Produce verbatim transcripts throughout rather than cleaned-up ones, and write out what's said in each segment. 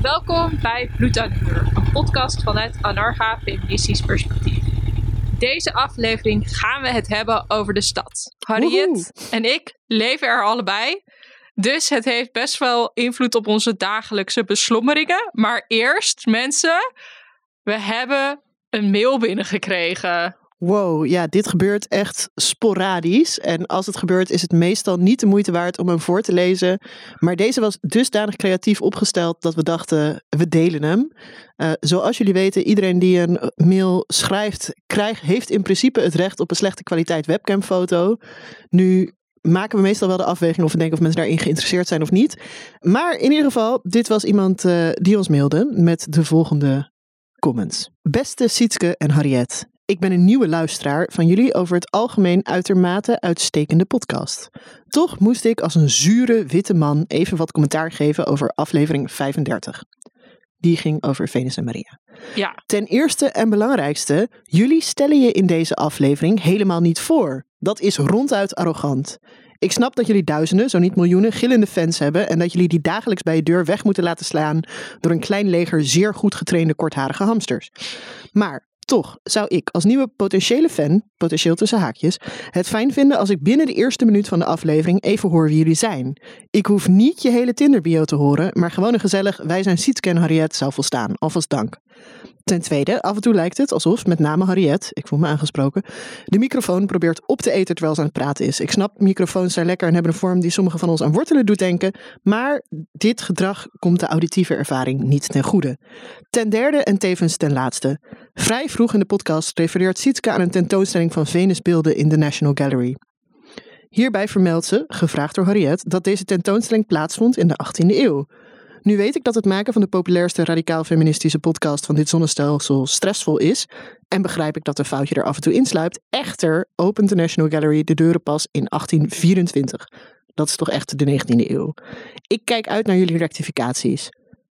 Welkom bij Bloed aan de Muur, een podcast vanuit Anarcha Feministisch Perspectief. Deze aflevering gaan we het hebben over de stad. Harriet Woehoe. en ik leven er allebei, dus het heeft best wel invloed op onze dagelijkse beslommeringen. Maar eerst, mensen, we hebben een mail binnengekregen. Wow, ja, dit gebeurt echt sporadisch. En als het gebeurt is het meestal niet de moeite waard om hem voor te lezen. Maar deze was dusdanig creatief opgesteld dat we dachten, we delen hem. Uh, zoals jullie weten, iedereen die een mail schrijft, krijgt, heeft in principe het recht op een slechte kwaliteit webcamfoto. Nu maken we meestal wel de afweging of we denken of mensen daarin geïnteresseerd zijn of niet. Maar in ieder geval, dit was iemand uh, die ons mailde met de volgende comments. Beste Sietske en Harriet. Ik ben een nieuwe luisteraar van jullie over het algemeen uitermate uitstekende podcast. Toch moest ik als een zure witte man even wat commentaar geven over aflevering vijfendertig. Die ging over Venus en Maria. Ja. Ten eerste en belangrijkste, jullie stellen je in deze aflevering helemaal niet voor. Dat is ronduit arrogant. Ik snap dat jullie duizenden, zo niet miljoenen, gillende fans hebben en dat jullie die dagelijks bij je deur weg moeten laten slaan door een klein leger zeer goed getrainde kortharige hamsters. Maar toch zou ik als nieuwe potentiële fan, potentieel tussen haakjes, het fijn vinden als ik binnen de eerste minuut van de aflevering even hoor wie jullie zijn. Ik hoef niet je hele Tinder-bio te horen, maar gewoon een gezellig wij zijn Sietske en Harriet zou volstaan. Alvast dank. Ten tweede, af en toe lijkt het alsof, met name Harriet, ik voel me aangesproken, de microfoon probeert op te eten terwijl ze aan het praten is. Ik snap, microfoons zijn lekker en hebben een vorm die sommigen van ons aan wortelen doet denken, maar dit gedrag komt de auditieve ervaring niet ten goede. Ten derde en tevens ten laatste. Vrij vroeg in de podcast refereert Sietske aan een tentoonstelling van Venusbeelden in de National Gallery. Hierbij vermeldt ze, gevraagd door Harriet, dat deze tentoonstelling plaatsvond in de achttiende eeuw. Nu weet ik dat het maken van de populairste radicaal-feministische podcast van dit zonnestelsel stressvol is. En begrijp ik dat een foutje er af en toe insluipt. Echter opent de National Gallery de deuren pas in achttien vierentwintig. Dat is toch echt de negentiende eeuw. Ik kijk uit naar jullie rectificaties.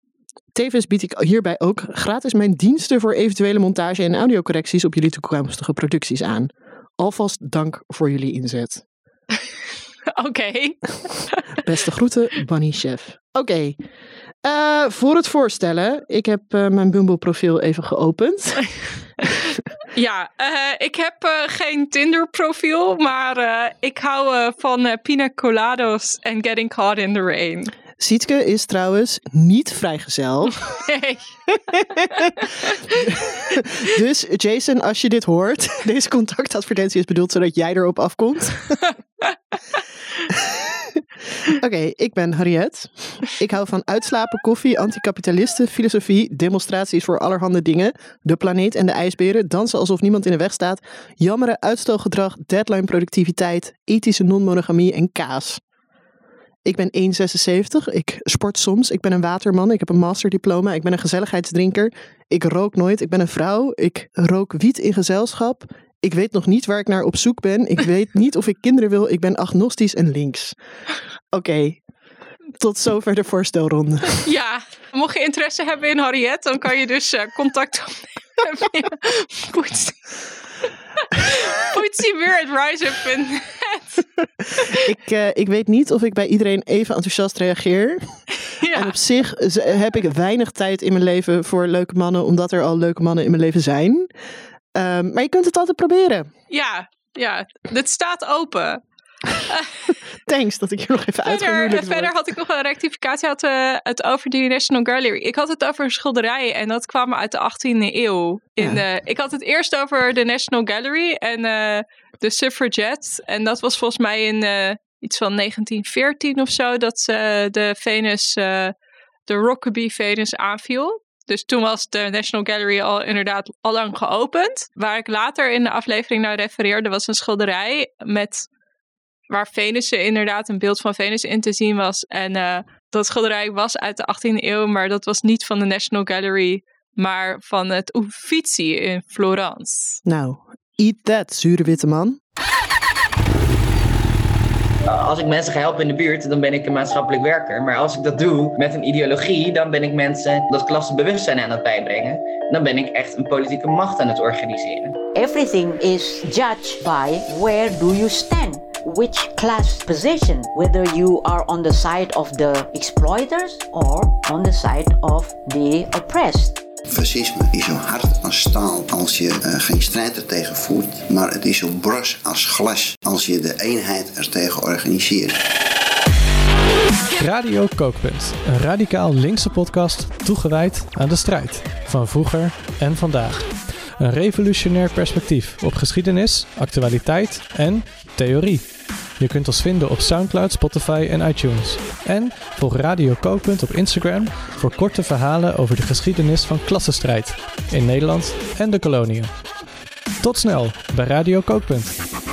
Tevens bied ik hierbij ook gratis mijn diensten voor eventuele montage en audiocorrecties op jullie toekomstige producties aan. Alvast dank voor jullie inzet. Oké. Okay. Beste groeten, Bunny Chef. Oké. Okay. Uh, voor het voorstellen, ik heb uh, mijn Bumble profiel even geopend. Ja, uh, ik heb uh, geen Tinder profiel, maar uh, ik hou uh, van uh, pina colados en getting caught in the rain. Sietske is trouwens niet vrijgezel. Nee. Dus Jason, als je dit hoort, deze contactadvertentie is bedoeld zodat jij erop afkomt. Oké, okay, ik ben Harriet. Ik hou van uitslapen, koffie, anticapitalisten, filosofie, demonstraties voor allerhande dingen, de planeet en de ijsberen, dansen alsof niemand in de weg staat, jammeren, uitstelgedrag, deadline productiviteit, ethische non-monogamie en kaas. Ik ben één komma zesenzeventig, ik sport soms, ik ben een waterman, ik heb een masterdiploma, ik ben een gezelligheidsdrinker, ik rook nooit, ik ben een vrouw, ik rook wiet in gezelschap, ik weet nog niet waar ik naar op zoek ben, ik weet niet of ik kinderen wil, ik ben agnostisch en links. Oké, okay. Tot zover de voorstelronde. Ja, mocht je interesse hebben in Harriet, dan kan je dus uh, contact opnemen. Poetsie at riseup punt net. ik, uh, ik weet niet of ik bij iedereen even enthousiast reageer. Ja. En op zich heb ik weinig tijd in mijn leven voor leuke mannen, omdat er al leuke mannen in mijn leven zijn. Um, maar je kunt het altijd proberen. Ja, ja, dit staat open. Thanks dat ik hier nog even uitgehuwelijkt word. Verder had ik nog een rectificatie, had uh, het over de National Gallery. Ik had het over een schilderij en dat kwam uit de achttiende eeuw. In ja. de, ik had het eerst over de National Gallery en uh, de Suffragettes. En dat was volgens mij in uh, iets van negentien veertien of zo, dat uh, de Venus, uh, de Rokeby Venus aanviel. Dus toen was de National Gallery al inderdaad al lang geopend. Waar ik later in de aflevering naar refereerde was een schilderij met waar Venus inderdaad een beeld van Venus in te zien was. En uh, dat schilderij was uit de achttiende eeuw, maar dat was niet van de National Gallery, maar van het Uffizi in Florence. Nou, eat that, zure witte man. Als ik mensen ga helpen in de buurt, dan ben ik een maatschappelijk werker. Maar als ik dat doe met een ideologie, dan ben ik mensen dat klassenbewustzijn aan het bijbrengen. Dan ben ik echt een politieke macht aan het organiseren. Everything is judged by where do you stand. which class position, whether you are on the side of the exploiters or on the side of the oppressed. Fascisme is zo hard als staal als je uh, geen strijd ertegen voert, maar het is zo bros als glas als je de eenheid ertegen organiseert. Radio Kookpunt, een radicaal linkse podcast toegewijd aan de strijd van vroeger en vandaag. Een revolutionair perspectief op geschiedenis, actualiteit en theorie. Je kunt ons vinden op Soundcloud, Spotify en iTunes. En volg Radio Kookpunt op Instagram voor korte verhalen over de geschiedenis van klassenstrijd in Nederland en de koloniën. Tot snel bij Radio Kookpunt.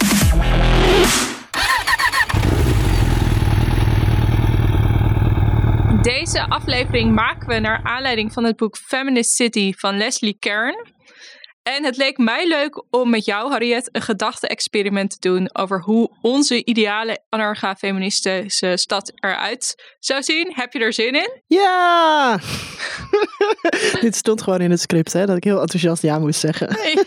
Deze aflevering maken we naar aanleiding van het boek Feminist City van Leslie Kern. En het leek mij leuk om met jou, Harriet, een gedachte-experiment te doen over hoe onze ideale anarcha-feministische stad eruit zou zien. Heb je er zin in? Ja! Dit stond gewoon in het script, hè, dat ik heel enthousiast ja moest zeggen. Nee.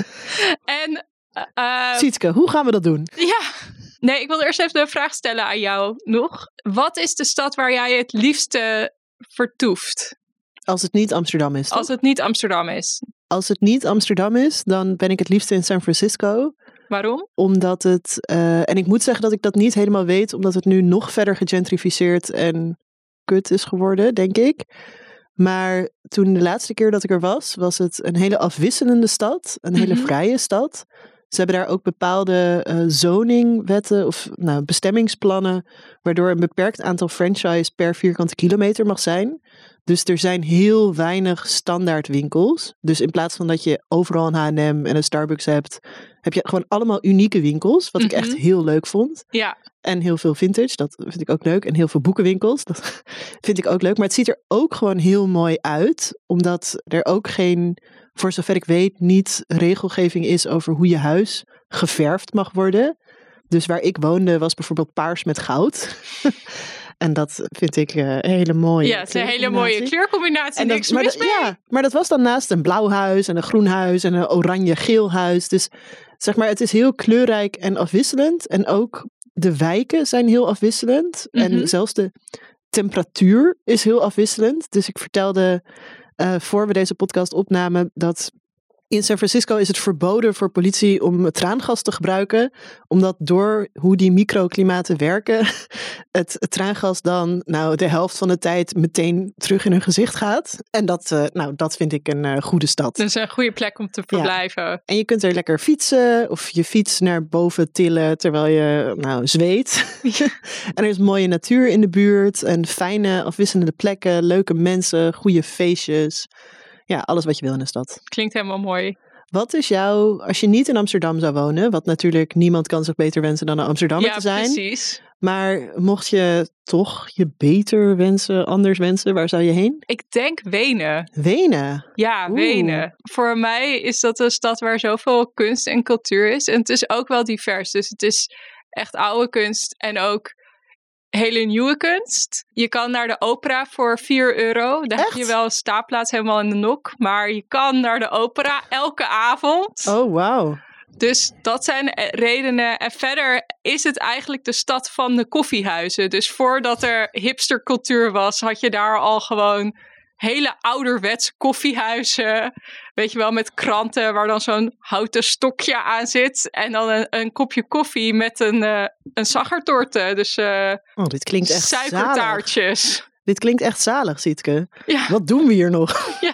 En, uh, Sietske, hoe gaan we dat doen? Ja, nee, ik wil eerst even een vraag stellen aan jou nog. Wat is de stad waar jij het liefste vertoeft? Als het niet Amsterdam is, toch? Als het niet Amsterdam is. Als het niet Amsterdam is, dan ben ik het liefst in San Francisco. Waarom? Omdat het, uh, en ik moet zeggen dat ik dat niet helemaal weet, omdat het nu nog verder gegentrificeerd en kut is geworden, denk ik. Maar toen de laatste keer dat ik er was, was het een hele afwisselende stad, een hele Mm-hmm. vrije stad. Ze hebben daar ook bepaalde uh, zoningwetten of nou, bestemmingsplannen, waardoor een beperkt aantal franchise per vierkante kilometer mag zijn. Dus er zijn heel weinig standaard winkels. Dus in plaats van dat je overal een H en M en een Starbucks hebt, heb je gewoon allemaal unieke winkels. Wat Mm-hmm. ik echt heel leuk vond. Ja. En heel veel vintage, dat vind ik ook leuk. En heel veel boekenwinkels, dat vind ik ook leuk. Maar het ziet er ook gewoon heel mooi uit. Omdat er ook geen, voor zover ik weet, niet regelgeving is over hoe je huis geverfd mag worden. Dus waar ik woonde was bijvoorbeeld paars met goud. En dat vind ik uh, een hele mooie Ja, het is een hele mooie kleurcombinatie. En dat, Niks maar, mis dat, mee. ja, maar dat was dan naast een blauw huis en een groen huis en een oranje-geel huis. Dus zeg maar, het is heel kleurrijk en afwisselend. En ook de wijken zijn heel afwisselend. Mm-hmm. En zelfs de temperatuur is heel afwisselend. Dus ik vertelde uh, voor we deze podcast opnamen dat in San Francisco is het verboden voor politie om traangas te gebruiken. Omdat door hoe die microklimaten werken, het, het traangas dan nou, de helft van de tijd meteen terug in hun gezicht gaat. En dat, uh, nou, dat vind ik een uh, goede stad. Dat is een goede plek om te verblijven. Ja. En je kunt er lekker fietsen of je fiets naar boven tillen terwijl je nou, zweet. En er is mooie natuur in de buurt en fijne afwisselende plekken, leuke mensen, goede feestjes. Ja, alles wat je wil in een stad. Klinkt helemaal mooi. Wat is jouw, als je niet in Amsterdam zou wonen, wat natuurlijk niemand kan zich beter wensen dan een Amsterdammer ja, te zijn. Ja, precies. Maar mocht je toch je beter wensen, anders wensen, waar zou je heen? Ik denk Wenen. Wenen? Ja, Oeh. Wenen. Voor mij is dat een stad waar zoveel kunst en cultuur is. En het is ook wel divers. Dus het is echt oude kunst en ook hele nieuwe kunst. Je kan naar de opera voor vier euro. Daar Echt? heb je wel een staapplaats helemaal in de nok. Maar je kan naar de opera elke avond. Oh, wauw. Dus dat zijn redenen. En verder is het eigenlijk de stad van de koffiehuizen. Dus voordat er hipstercultuur was, had je daar al gewoon hele ouderwetse koffiehuizen. Weet je wel, met kranten waar dan zo'n houten stokje aan zit. En dan een, een kopje koffie met een, uh, een saggertorte. Dus uh, oh, dit klinkt echt suikertaartjes. Zalig. Dit klinkt echt zalig, Sietke. Ja. Wat doen we hier nog? Ja.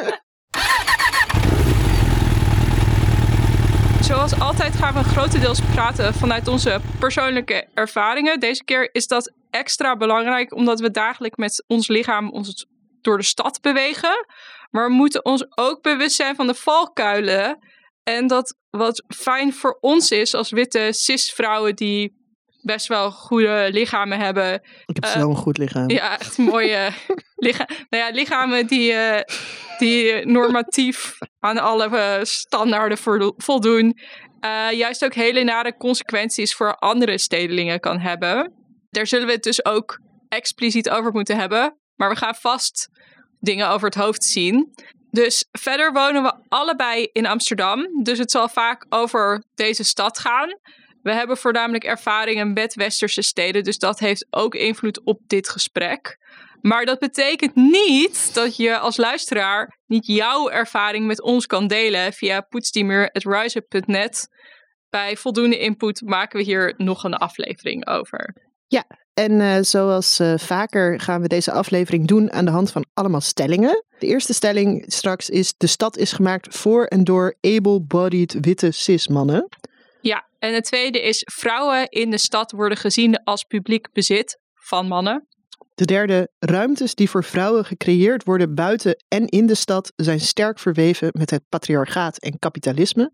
Zoals altijd gaan we grotendeels praten vanuit onze persoonlijke ervaringen. Deze keer is dat extra belangrijk omdat we dagelijks met ons lichaam ons door de stad bewegen. Maar we moeten ons ook bewust zijn van de valkuilen. En dat wat fijn voor ons is als witte cis-vrouwen die best wel goede lichamen hebben. Ik heb uh, zo'n goed lichaam. Ja, echt mooie licha- nou ja, lichamen die, uh, die normatief aan alle uh, standaarden voldoen. Uh, juist ook hele nare consequenties voor andere stedelingen kan hebben. Daar zullen we het dus ook expliciet over moeten hebben. Maar we gaan vast dingen over het hoofd zien. Dus verder wonen we allebei in Amsterdam. Dus het zal vaak over deze stad gaan. We hebben voornamelijk ervaringen met westerse steden, dus dat heeft ook invloed op dit gesprek. Maar dat betekent niet dat je als luisteraar niet jouw ervaring met ons kan delen via poetsdiemuur at riseup punt net. Bij voldoende input maken we hier nog een aflevering over. Ja, en uh, zoals uh, vaker gaan we deze aflevering doen aan de hand van allemaal stellingen. De eerste stelling straks is: de stad is gemaakt voor en door able-bodied witte cis-mannen. Ja, en de tweede is: vrouwen in de stad worden gezien als publiek bezit van mannen. De derde: ruimtes die voor vrouwen gecreëerd worden buiten en in de stad zijn sterk verweven met het patriarchaat en kapitalisme.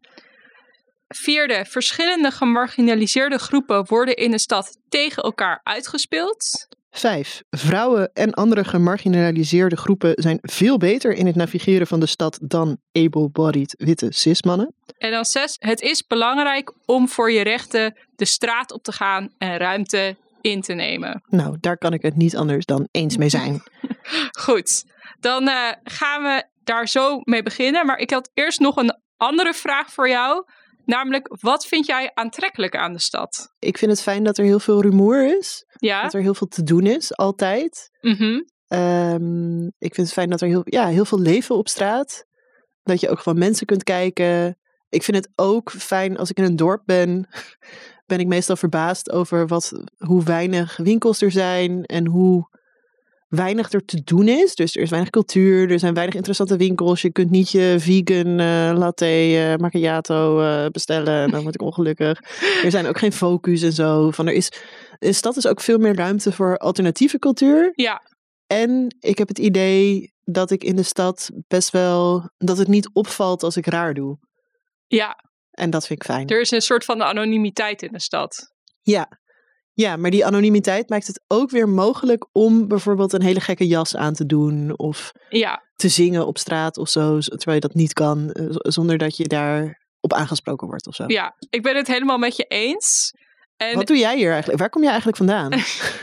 Vierde: verschillende gemarginaliseerde groepen worden in de stad tegen elkaar uitgespeeld. Vijf: vrouwen en andere gemarginaliseerde groepen zijn veel beter in het navigeren van de stad dan able-bodied witte cis-mannen. En dan zes: het is belangrijk om voor je rechten de straat op te gaan en ruimte in te nemen. Nou, daar kan ik het niet anders dan eens mee zijn. Goed, dan uh, gaan we daar zo mee beginnen. Maar ik had eerst nog een andere vraag voor jou. Namelijk, wat vind jij aantrekkelijk aan de stad? Ik vind het fijn dat er heel veel rumoer is. Ja? Dat er heel veel te doen is, altijd. Mm-hmm. Um, ik vind het fijn dat er heel, ja, heel veel leven op straat. Dat je ook van mensen kunt kijken. Ik vind het ook fijn als ik in een dorp ben. Ben ik meestal verbaasd over wat, hoe weinig winkels er zijn. En hoe weinig er te doen is. Dus er is weinig cultuur. Er zijn weinig interessante winkels. Je kunt niet je vegan uh, latte uh, macchiato uh, bestellen. En dan word ik ongelukkig. Er zijn ook geen focus en zo. Van er is, in de stad is ook veel meer ruimte voor alternatieve cultuur. Ja. En ik heb het idee dat ik in de stad best wel, dat het niet opvalt als ik raar doe. Ja. En dat vind ik fijn. Er is een soort van anonimiteit in de stad. Ja. Ja, maar die anonimiteit maakt het ook weer mogelijk om bijvoorbeeld een hele gekke jas aan te doen. Of ja. te zingen op straat of zo. Terwijl je dat niet kan, zonder dat je daar op aangesproken wordt of zo. Ja, ik ben het helemaal met je eens. En wat doe jij hier eigenlijk? Waar kom jij eigenlijk vandaan?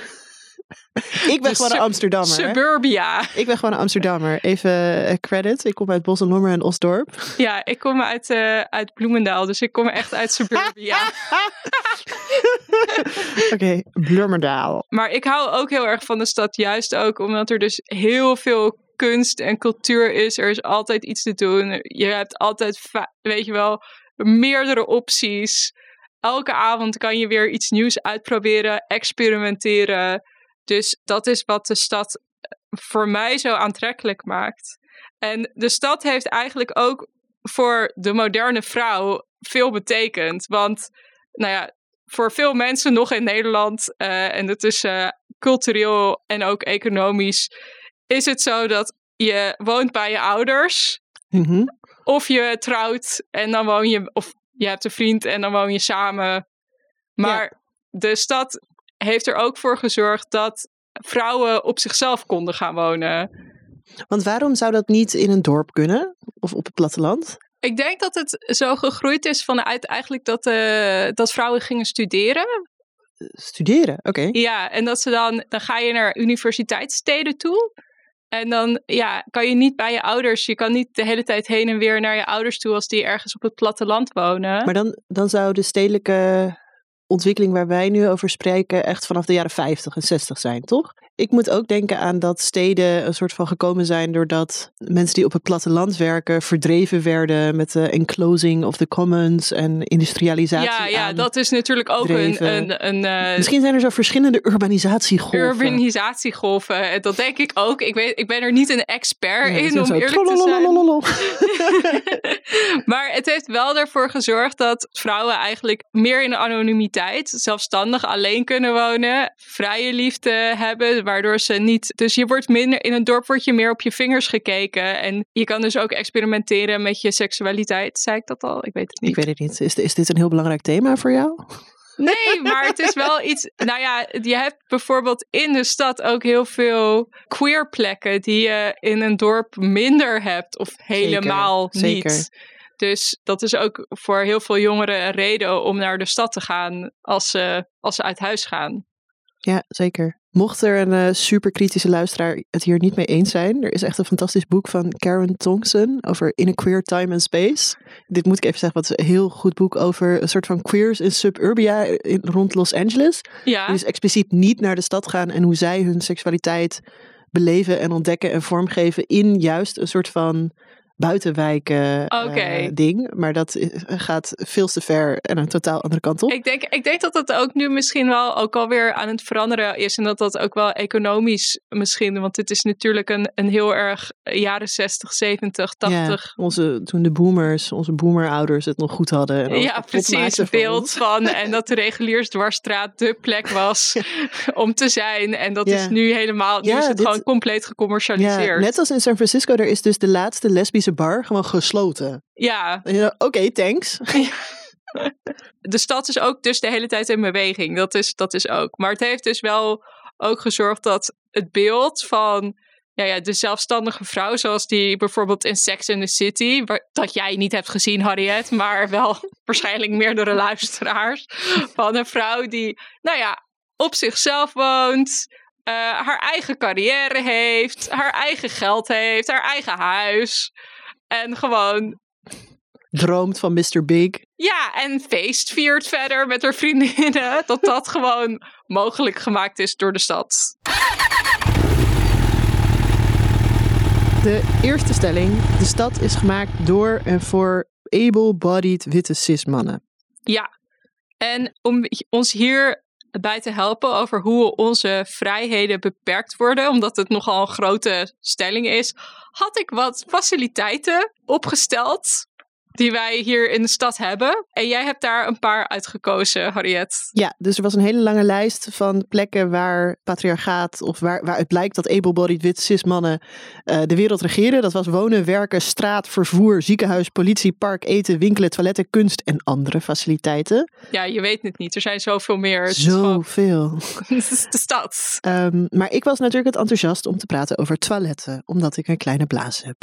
Ik ben gewoon een Amsterdammer. Suburbia. Hè? Ik ben gewoon een Amsterdammer. Even uh, credit. Ik kom uit Bos en Lommer en Osdorp. Ja, ik kom uit, uh, uit Bloemendaal. Dus ik kom echt uit Suburbia. Oké, okay, Bloemendaal. Maar ik hou ook heel erg van de stad. Juist ook omdat er dus heel veel kunst en cultuur is. Er is altijd iets te doen. Je hebt altijd, weet je wel, meerdere opties. Elke avond kan je weer iets nieuws uitproberen, experimenteren. Dus dat is wat de stad voor mij zo aantrekkelijk maakt. En de stad heeft eigenlijk ook voor de moderne vrouw veel betekend. Want, nou ja, voor veel mensen nog in Nederland, uh, en dat is uh, cultureel en ook economisch, is het zo dat je woont bij je ouders. Mm-hmm. Of je trouwt en dan woon je, of je hebt een vriend en dan woon je samen. Maar ja. De stad heeft er ook voor gezorgd dat vrouwen op zichzelf konden gaan wonen. Want waarom zou dat niet in een dorp kunnen? Of op het platteland? Ik denk dat het zo gegroeid is vanuit eigenlijk dat, uh, dat vrouwen gingen studeren. Studeren, oké. Okay. Ja, en dat ze dan, dan ga je naar universiteitssteden toe. En dan ja, kan je niet bij je ouders, je kan niet de hele tijd heen en weer naar je ouders toe als die ergens op het platteland wonen. Maar dan, dan zou de stedelijke ontwikkeling waar wij nu over spreken echt vanaf de jaren vijftig en zestig zijn, toch? Ik moet ook denken aan dat steden een soort van gekomen zijn doordat mensen die op het platteland werken verdreven werden met de enclosing of the commons en industrialisatie. Ja, ja, dat is natuurlijk ook een... een, een uh, Misschien zijn er zo verschillende urbanisatiegolven. Urbanisatiegolven, dat denk ik ook. Ik, weet, ik ben er niet een expert ja, in, om zo eerlijk te zijn. Maar het heeft wel ervoor gezorgd dat vrouwen eigenlijk meer in de anonimiteit, zelfstandig alleen kunnen wonen, vrije liefde hebben, waardoor ze niet... Dus je wordt minder... In een dorp word je meer op je vingers gekeken. En je kan dus ook experimenteren met je seksualiteit. Zei ik dat al? Ik weet het niet. Ik weet het niet. Is, is dit een heel belangrijk thema voor jou? Nee, maar het is wel iets... Nou ja, je hebt bijvoorbeeld in de stad ook heel veel queer plekken die je in een dorp minder hebt. Of helemaal zeker, niet. Zeker. Dus dat is ook voor heel veel jongeren een reden om naar de stad te gaan als ze, als ze uit huis gaan. Ja, zeker. Mocht er een uh, super kritische luisteraar het hier niet mee eens zijn, er is echt een fantastisch boek van Karen Thompson over In a Queer Time and Space. Dit moet ik even zeggen, wat is een heel goed boek over een soort van queers in suburbia in, rond Los Angeles. Ja. Die dus expliciet niet naar de stad gaan en hoe zij hun seksualiteit beleven en ontdekken en vormgeven in juist een soort van buitenwijken okay. uh, ding. Maar dat gaat veel te ver en een totaal andere kant op. Ik denk, ik denk dat dat ook nu misschien wel ook alweer aan het veranderen is. En dat dat ook wel economisch misschien. Want het is natuurlijk een, een heel erg jaren zestig, zeventig, tachtig. Ja, onze, toen de boomers, onze boomerouders het nog goed hadden. En ja, precies. Het beeld van. En dat de reguliersdwarsstraat de plek was ja. om te zijn. En dat ja. is nu helemaal, nu ja, is het dit, gewoon compleet gecommercialiseerd. Ja, net als in San Francisco, er is dus de laatste lesbische bar gewoon gesloten. Ja. Oké, okay, thanks. Ja. De stad is ook dus de hele tijd in beweging. Dat is, dat is ook. Maar het heeft dus wel ook gezorgd dat het beeld van ja, ja, de zelfstandige vrouw, zoals die bijvoorbeeld in Sex and the City, waar, dat jij niet hebt gezien, Harriet, maar wel waarschijnlijk meerdere luisteraars, van een vrouw die, nou ja, op zichzelf woont, uh, haar eigen carrière heeft, haar eigen geld heeft, haar eigen huis en gewoon droomt van mister Big. Ja, en feest viert verder met haar vriendinnen. Dat dat gewoon mogelijk gemaakt is door de stad. De eerste stelling. De stad is gemaakt door en voor able-bodied witte cis-mannen. Ja, en om ons hierbij te helpen over hoe onze vrijheden beperkt worden, omdat het nogal een grote stelling is, had ik wat faciliteiten opgesteld die wij hier in de stad hebben. En jij hebt daar een paar uitgekozen, Harriet. Ja, dus er was een hele lange lijst van plekken waar patriarchaat, of waar, waaruit blijkt dat able-bodied wit cis mannen uh, de wereld regeren. Dat was wonen, werken, straat, vervoer, ziekenhuis, politie, park, eten, winkelen, toiletten, kunst en andere faciliteiten. Ja, je weet het niet. Er zijn zoveel meer. Zoveel. Het is de stad. Um, maar ik was natuurlijk het enthousiast om te praten over toiletten, omdat ik een kleine blaas heb.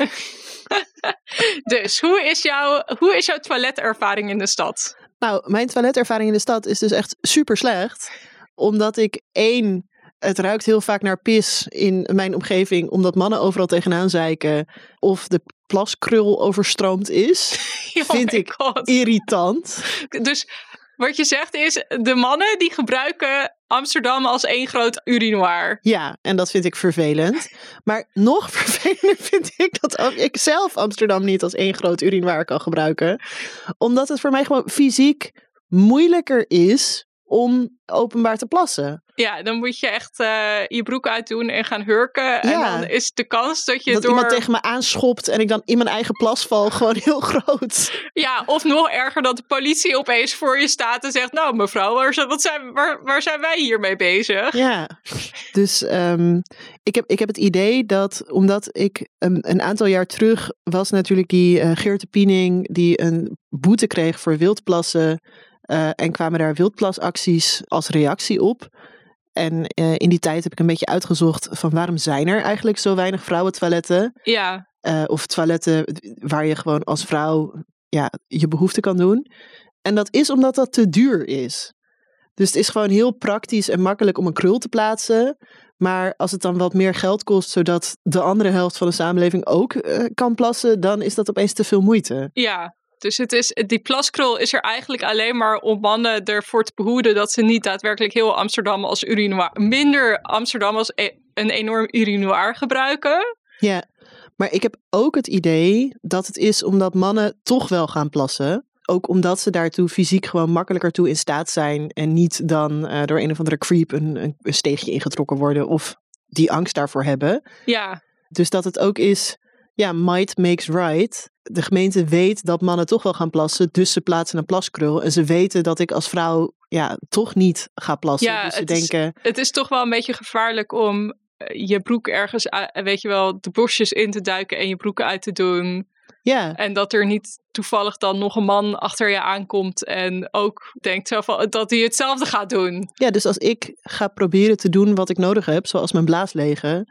Dus, hoe is, jouw, hoe is jouw toiletervaring in de stad? Nou, mijn toiletervaring in de stad is dus echt super slecht. Omdat ik één, het ruikt heel vaak naar pis in mijn omgeving, omdat mannen overal tegenaan zeiken. Of de plaskrul overstroomd is. Oh vind ik God. Irritant. Dus wat je zegt is, de mannen die gebruiken Amsterdam als één groot urinoir. Ja, en dat vind ik vervelend. Maar nog vervelender vind ik dat ook ik zelf Amsterdam niet als één groot urinoir kan gebruiken. Omdat het voor mij gewoon fysiek moeilijker is om openbaar te plassen. Ja, dan moet je echt uh, je broek uitdoen en gaan hurken. Ja. En dan is de kans dat je dat door... iemand tegen me aanschopt en ik dan in mijn eigen plas val gewoon heel groot. Ja, of nog erger dat de politie opeens voor je staat en zegt, nou mevrouw, waar, wat zijn, waar, waar zijn wij hiermee bezig? Ja, dus um, ik, heb, ik heb het idee dat, omdat ik um, een aantal jaar terug was natuurlijk die uh, Geert de Piening die een boete kreeg voor wildplassen. Uh, en kwamen daar wildplasacties als reactie op. En uh, in die tijd heb ik een beetje uitgezocht van waarom zijn er eigenlijk zo weinig vrouwentoiletten? Ja. Uh, of toiletten waar je gewoon als vrouw ja, je behoefte kan doen. En dat is omdat dat te duur is. Dus het is gewoon heel praktisch en makkelijk om een krul te plaatsen. Maar als het dan wat meer geld kost, zodat de andere helft van de samenleving ook uh, kan plassen, dan is dat opeens te veel moeite. Ja. Dus het is, die plaskrul is er eigenlijk alleen maar om mannen ervoor te behoeden dat ze niet daadwerkelijk heel Amsterdam als urinoir, minder Amsterdam als e- een enorm urinoir gebruiken. Ja, maar ik heb ook het idee dat het is omdat mannen toch wel gaan plassen. Ook omdat ze daartoe fysiek gewoon makkelijker toe in staat zijn en niet dan uh, door een of andere creep een, een, een steegje ingetrokken worden of die angst daarvoor hebben. Ja. Dus dat het ook is, ja, might makes right. De gemeente weet dat mannen toch wel gaan plassen, dus ze plaatsen een plaskrul. En ze weten dat ik als vrouw ja, toch niet ga plassen. Ja, dus ze het, denken, is, het is toch wel een beetje gevaarlijk om je broek ergens, weet je wel, de bosjes in te duiken en je broek uit te doen. Ja. En dat er niet toevallig dan nog een man achter je aankomt en ook denkt zo van, dat hij hetzelfde gaat doen. Ja, dus als ik ga proberen te doen wat ik nodig heb, zoals mijn blaas legen,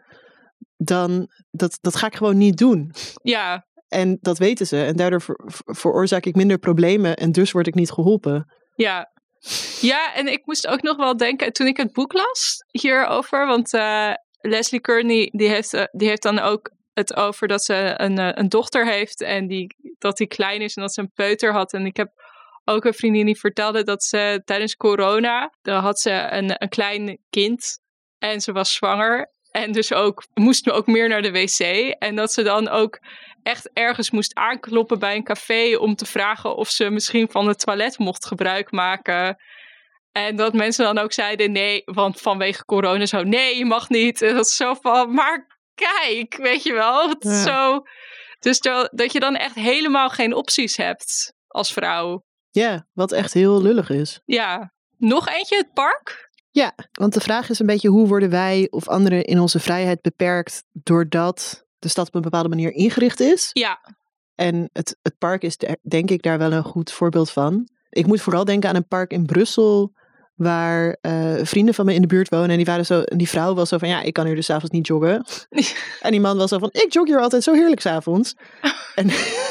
dan dat, dat ga ik gewoon niet doen. Ja. En dat weten ze. En daardoor ver, ver, veroorzaak ik minder problemen en dus word ik niet geholpen. Ja. Ja, en ik moest ook nog wel denken, toen ik het boek las hierover, want uh, Leslie Kearney, die heeft, uh, die heeft dan ook het over dat ze een, uh, een dochter heeft en die, dat die klein is en dat ze een peuter had. En ik heb ook een vriendin die vertelde dat ze tijdens corona, dan had ze een, een klein kind en ze was zwanger. En dus ook moest ook meer naar de wc. En dat ze dan ook echt ergens moest aankloppen bij een café om te vragen of ze misschien van het toilet mocht gebruik maken. En dat mensen dan ook zeiden nee, want vanwege corona zo, nee, je mag niet. En dat is zo van, maar kijk, weet je wel. Het is ja. zo, dus dat, dat je dan echt helemaal geen opties hebt als vrouw. Ja, wat echt heel lullig is. Ja, nog eentje, het park. Ja, want de vraag is een beetje hoe worden wij of anderen in onze vrijheid beperkt doordat de stad op een bepaalde manier ingericht is. Ja. En het, het park is de, denk ik daar wel een goed voorbeeld van. Ik moet vooral denken aan een park in Brussel waar uh, vrienden van me in de buurt wonen. En die, waren zo, en die vrouw was zo van, ja, ik kan hier dus 's avonds niet joggen. En die man was zo van, ik jog hier altijd zo heerlijk 's avonds. En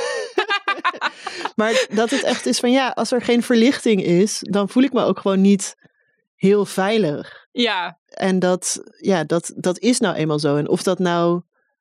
maar dat het echt is van, ja, als er geen verlichting is, dan voel ik me ook gewoon niet heel veilig. Ja. En dat, ja, dat, dat is nou eenmaal zo. En of dat nou,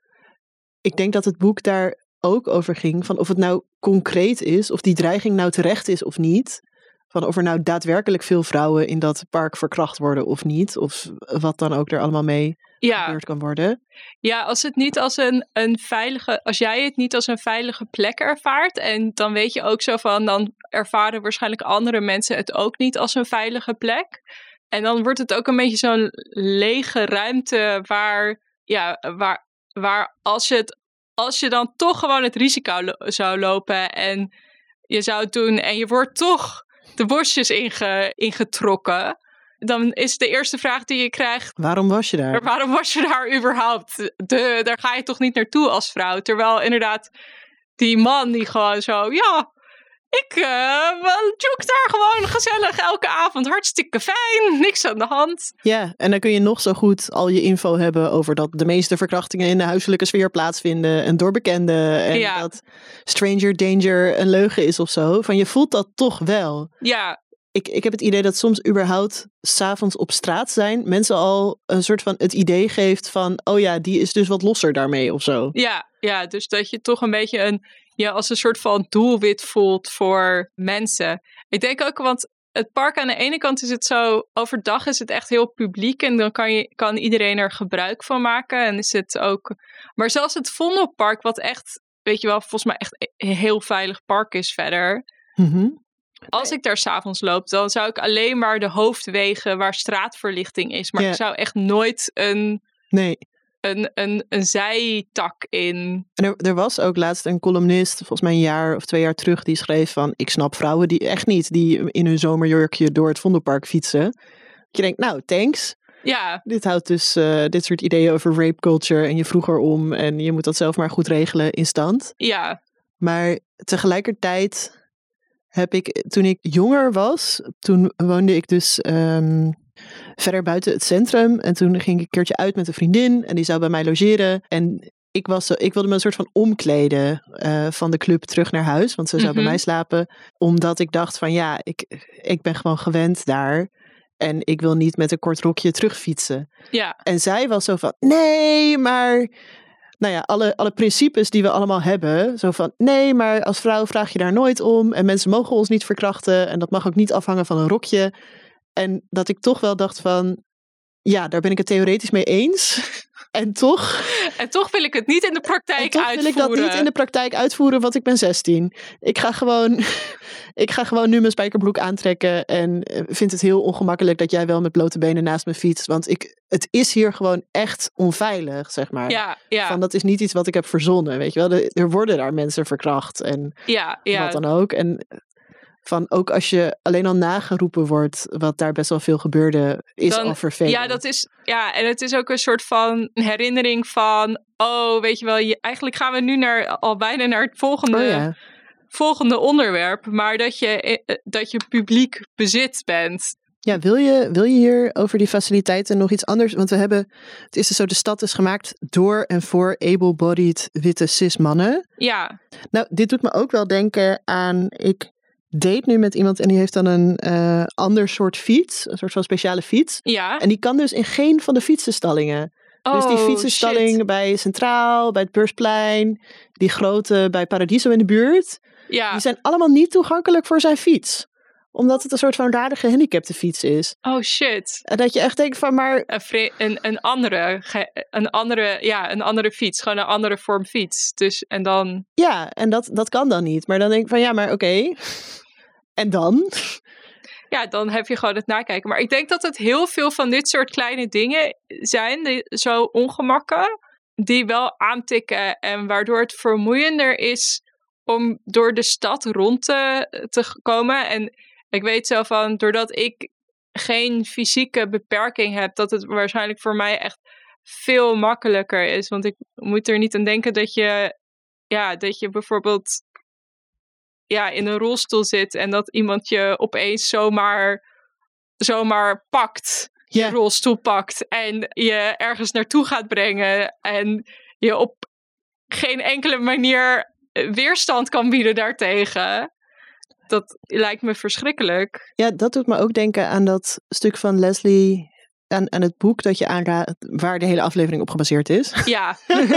ik denk dat het boek daar ook over ging, van of het nou concreet is, of die dreiging nou terecht is of niet. Van of er nou daadwerkelijk veel vrouwen in dat park verkracht worden of niet. Of wat dan ook er allemaal mee ja. gebeurd kan worden. Ja, als het niet als een, een veilige, als jij het niet als een veilige plek ervaart. En dan weet je ook zo van, dan ervaren waarschijnlijk andere mensen het ook niet als een veilige plek. En dan wordt het ook een beetje zo'n lege ruimte waar, ja, waar, waar als je het, als je dan toch gewoon het risico lo- zou lopen en je zou het doen en je wordt toch de bosjes inge, ingetrokken, dan is de eerste vraag die je krijgt, waarom was je daar? Waarom was je daar überhaupt? De, daar ga je toch niet naartoe als vrouw? Terwijl inderdaad die man die gewoon zo, ja, ik uh, jog daar gewoon gezellig elke avond. Hartstikke fijn, niks aan de hand. Ja, en dan kun je nog zo goed al je info hebben over dat de meeste verkrachtingen in de huiselijke sfeer plaatsvinden en door bekenden. En ja. dat stranger danger een leugen is of zo. Van je voelt dat toch wel. Ja. Ik, ik heb het idee dat soms überhaupt 's avonds op straat zijn mensen al een soort van het idee geeft van, oh ja, die is dus wat losser daarmee of zo. Ja, ja, dus dat je toch een beetje een, ja, als een soort van doelwit voelt voor mensen. Ik denk ook, want het park aan de ene kant is het zo, overdag is het echt heel publiek en dan kan, je, kan iedereen er gebruik van maken. En is het ook, maar zelfs het Vondelpark, wat echt, weet je wel, volgens mij echt een heel veilig park is verder. Mm-hmm. Als ik daar 's avonds loop, dan zou ik alleen maar de hoofdwegen waar straatverlichting is. Maar yeah. ik zou echt nooit een, nee. een, een, een zijtak in. En er, er was ook laatst een columnist, volgens mij een jaar of twee jaar terug, die schreef van, ik snap vrouwen die echt niet, die in hun zomerjurkje door het Vondelpark fietsen. Dat je denkt, nou, thanks. Ja. Dit houdt dus uh, dit soort ideeën over rape culture en je vroeger om en je moet dat zelf maar goed regelen in stand. Ja. Maar tegelijkertijd heb ik, toen ik jonger was, toen woonde ik dus um, verder buiten het centrum. En toen ging ik een keertje uit met een vriendin en die zou bij mij logeren. En ik, was zo, ik wilde me een soort van omkleden uh, van de club terug naar huis. Want ze zou mm-hmm. bij mij slapen. Omdat ik dacht van ja, ik, ik ben gewoon gewend daar. En ik wil niet met een kort rokje terugfietsen. Ja. En zij was zo van, nee, maar nou ja, alle, alle principes die we allemaal hebben. Zo van, nee, maar als vrouw vraag je daar nooit om. En mensen mogen ons niet verkrachten. En dat mag ook niet afhangen van een rokje. En dat ik toch wel dacht van, ja, daar ben ik het theoretisch mee eens. En toch... En toch wil ik het niet in de praktijk en toch uitvoeren. wil ik dat niet in de praktijk uitvoeren, want ik ben zestien. Ik ga gewoon, ik ga gewoon nu mijn spijkerbroek aantrekken en vind het heel ongemakkelijk dat jij wel met blote benen naast me fietst. Want ik, het is hier gewoon echt onveilig, zeg maar. Ja, ja. Van, dat is niet iets wat ik heb verzonnen, weet je wel. Er, er worden daar mensen verkracht en ja, ja. wat dan ook. En van ook als je alleen al nageroepen wordt, wat daar best wel veel gebeurde, is dan, al vervelend. Ja, dat is, ja, en het is ook een soort van herinnering van, oh, weet je wel, je, eigenlijk gaan we nu naar, al bijna naar het volgende, oh, ja. volgende onderwerp, maar dat je, dat je publiek bezit bent. Ja, wil je, wil je hier over die faciliteiten nog iets anders? Want we hebben, het is dus zo, de stad is gemaakt door en voor able-bodied witte cis mannen. Ja. Nou, dit doet me ook wel denken aan, ik date nu met iemand en die heeft dan een uh, ander soort fiets. Een soort van speciale fiets. Ja. En die kan dus in geen van de fietsenstallingen. Oh, dus die fietsenstalling shit. bij Centraal, bij het Beursplein, die grote bij Paradiso in de buurt. Ja. Die zijn allemaal niet toegankelijk voor zijn fiets. Omdat het een soort van rare gehandicapte fiets is. Oh shit. En dat je echt denkt van maar... Een, vre- een, een, andere, ge- een, andere, ja, een andere fiets. Gewoon een andere vorm fiets. Dus, en dan... Ja, en dat, dat kan dan niet. Maar dan denk ik van ja, maar oké. Okay. En dan? Ja, dan heb je gewoon het nakijken. Maar ik denk dat het heel veel van dit soort kleine dingen zijn. Die, zo ongemakken. Die wel aantikken. En waardoor het vermoeiender is om door de stad rond te, te komen. En ik weet zo van, doordat ik geen fysieke beperking heb, dat het waarschijnlijk voor mij echt veel makkelijker is. Want ik moet er niet aan denken dat je, ja, dat je bijvoorbeeld ja, in een rolstoel zit en dat iemand je opeens zomaar, zomaar pakt. Ja. Je rolstoel pakt en je ergens naartoe gaat brengen en je op geen enkele manier weerstand kan bieden daartegen. Dat lijkt me verschrikkelijk. Ja, dat doet me ook denken aan dat stuk van Leslie, aan, aan het boek dat je aanraadt, waar de hele aflevering op gebaseerd is. Ja.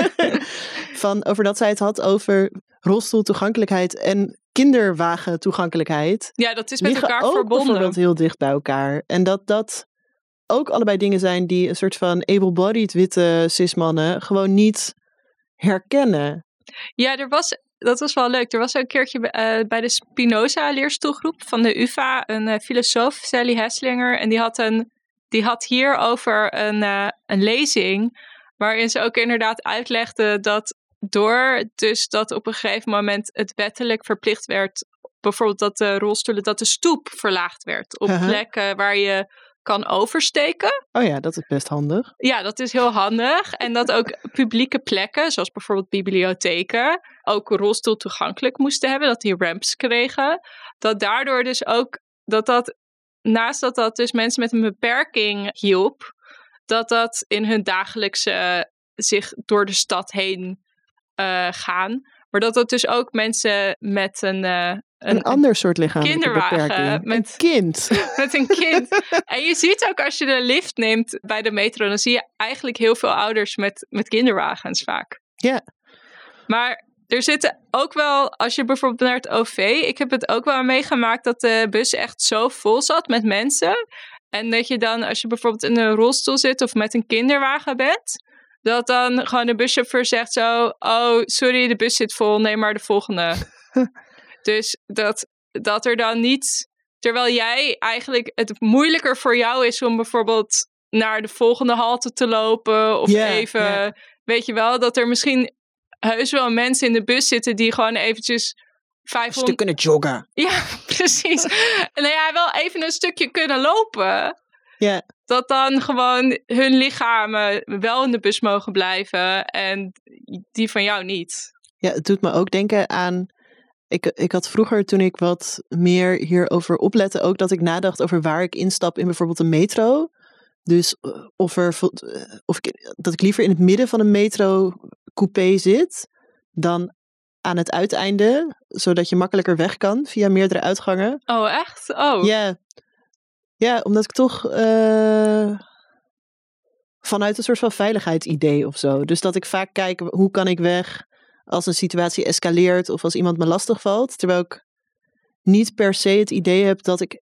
van, over dat zij het had over rolstoeltoegankelijkheid en kinderwagentoegankelijkheid. Ja, dat is met liggen elkaar ook verbonden. Bijvoorbeeld heel dicht bij elkaar. En dat dat ook allebei dingen zijn die een soort van able-bodied witte cis-mannen gewoon niet herkennen. Ja, er was, dat was wel leuk. Er was een keertje uh, bij de Spinoza-leerstoelgroep van de U vA een uh, filosoof, Sally Hesslinger. En die had, een, die had hier over een, uh, een lezing waarin ze ook inderdaad uitlegde dat door dus dat op een gegeven moment het wettelijk verplicht werd, bijvoorbeeld dat de rolstoelen, dat de stoep verlaagd werd op uh-huh. plekken waar je kan oversteken. Oh ja, dat is best handig. Ja, dat is heel handig. En dat ook publieke plekken, zoals bijvoorbeeld bibliotheken, ook rolstoel toegankelijk moesten hebben, dat die ramps kregen. Dat daardoor dus ook, dat dat, naast dat dat dus mensen met een beperking hielp, dat dat in hun dagelijkse uh, zich door de stad heen uh, gaan. Maar dat dat dus ook mensen met een... Uh, Een, een ander soort lichamelijke beperking. Met een kind. Met een kind. En je ziet ook als je de lift neemt bij de metro, dan zie je eigenlijk heel veel ouders met, met kinderwagens vaak. Ja. Maar er zitten ook wel, als je bijvoorbeeld naar het O V, ik heb het ook wel meegemaakt dat de bus echt zo vol zat met mensen. En dat je dan, als je bijvoorbeeld in een rolstoel zit of met een kinderwagen bent, dat dan gewoon de buschauffeur zegt zo, oh sorry, de bus zit vol, neem maar de volgende. Dus dat, dat er dan niet, terwijl jij eigenlijk het moeilijker voor jou is om bijvoorbeeld naar de volgende halte te lopen of yeah, even, yeah. weet je wel, dat er misschien heus wel mensen in de bus zitten die gewoon eventjes vijfhonderd... Een stuk kunnen joggen. Ja, precies. En nou ja, wel even een stukje kunnen lopen. Ja. Dat dan gewoon hun lichamen wel in de bus mogen blijven en die van jou niet. Ja, het doet me ook denken aan... Ik, ik had vroeger, toen ik wat meer hierover oplette, ook dat ik nadacht over waar ik instap in bijvoorbeeld een metro. Dus of, er, of ik, dat ik liever in het midden van een metro-coupé zit dan aan het uiteinde, zodat je makkelijker weg kan via meerdere uitgangen. Oh, echt? Oh. Ja, ja omdat ik toch uh, vanuit een soort van veiligheidsidee of zo. Dus dat ik vaak kijk, hoe kan ik weg als een situatie escaleert of als iemand me lastig valt. Terwijl ik niet per se het idee heb dat ik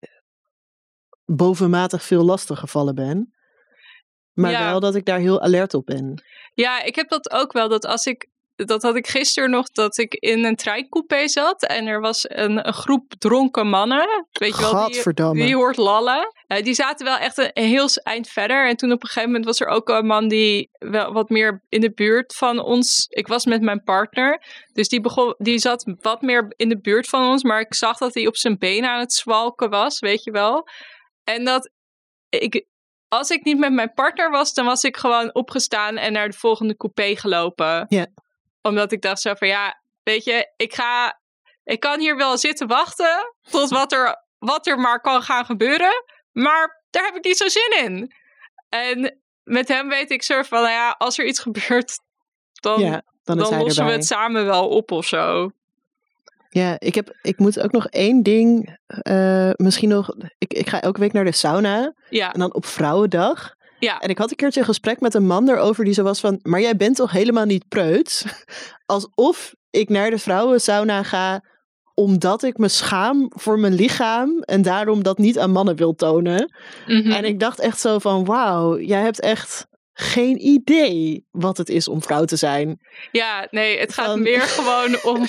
bovenmatig veel lastig gevallen ben. Maar ja. wel dat ik daar heel alert op ben. Ja, ik heb dat ook wel. Dat als ik, dat had ik gisteren nog, dat ik in een treincoupé zat. En er was een, een groep dronken mannen. Weet je wel, die, die hoort lallen. Uh, die zaten wel echt een, een heel eind verder. En toen op een gegeven moment was er ook een man die wel wat meer in de buurt van ons. Ik was met mijn partner. Dus die, begon, die zat wat meer in de buurt van ons. Maar ik zag dat hij op zijn benen aan het zwalken was. Weet je wel. En dat ik... Als ik niet met mijn partner was, dan was ik gewoon opgestaan en naar de volgende coupé gelopen. Ja. Omdat ik dacht zo van, ja, weet je, ik ga, ik kan hier wel zitten wachten tot wat er, wat er maar kan gaan gebeuren. Maar daar heb ik niet zo zin in. En met hem weet ik zo van, nou ja, als er iets gebeurt, dan, ja, dan, is dan hij lossen erbij. we het samen wel op of zo. Ja, ik, heb, ik moet ook nog één ding, uh, misschien nog, ik, ik ga elke week naar de sauna Ja. en dan op Vrouwendag. Ja. En ik had een keertje een gesprek met een man erover die zo was van, maar jij bent toch helemaal niet preuts? Alsof ik naar de vrouwensauna ga omdat ik me schaam voor mijn lichaam en daarom dat niet aan mannen wil tonen. Mm-hmm. En ik dacht echt zo van, wauw, jij hebt echt geen idee wat het is om vrouw te zijn. Ja, nee, het gaat Van... meer gewoon om...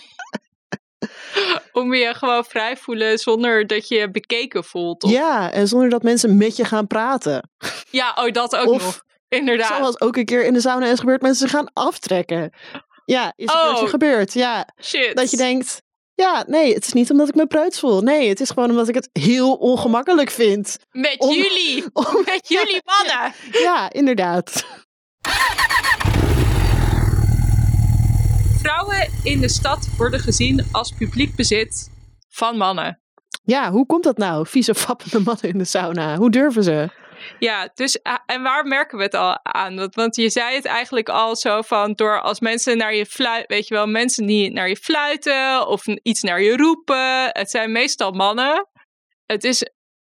om je gewoon vrij voelen zonder dat je je bekeken voelt. Of... Ja, en zonder dat mensen met je gaan praten. Ja, oh, dat ook of, nog. Inderdaad. Zoals ook een keer in de sauna is gebeurd, mensen gaan aftrekken. Ja, is een oh, keertje gebeurd. Ja, shit. dat je denkt, ja, nee, het is niet omdat ik me preuts voel. Nee, het is gewoon omdat ik het heel ongemakkelijk vind. Met om, jullie. Om, Met jullie mannen. Ja, ja, inderdaad. Vrouwen in de stad worden gezien als publiek bezit van mannen. Ja, hoe komt dat nou? Vieze fappende mannen in de sauna. Hoe durven ze? Ja, dus en waar merken we het al aan? Want, want je zei het eigenlijk al zo van door als mensen naar je fluiten, weet je wel, mensen die naar je fluiten of iets naar je roepen. Het zijn meestal mannen. Het is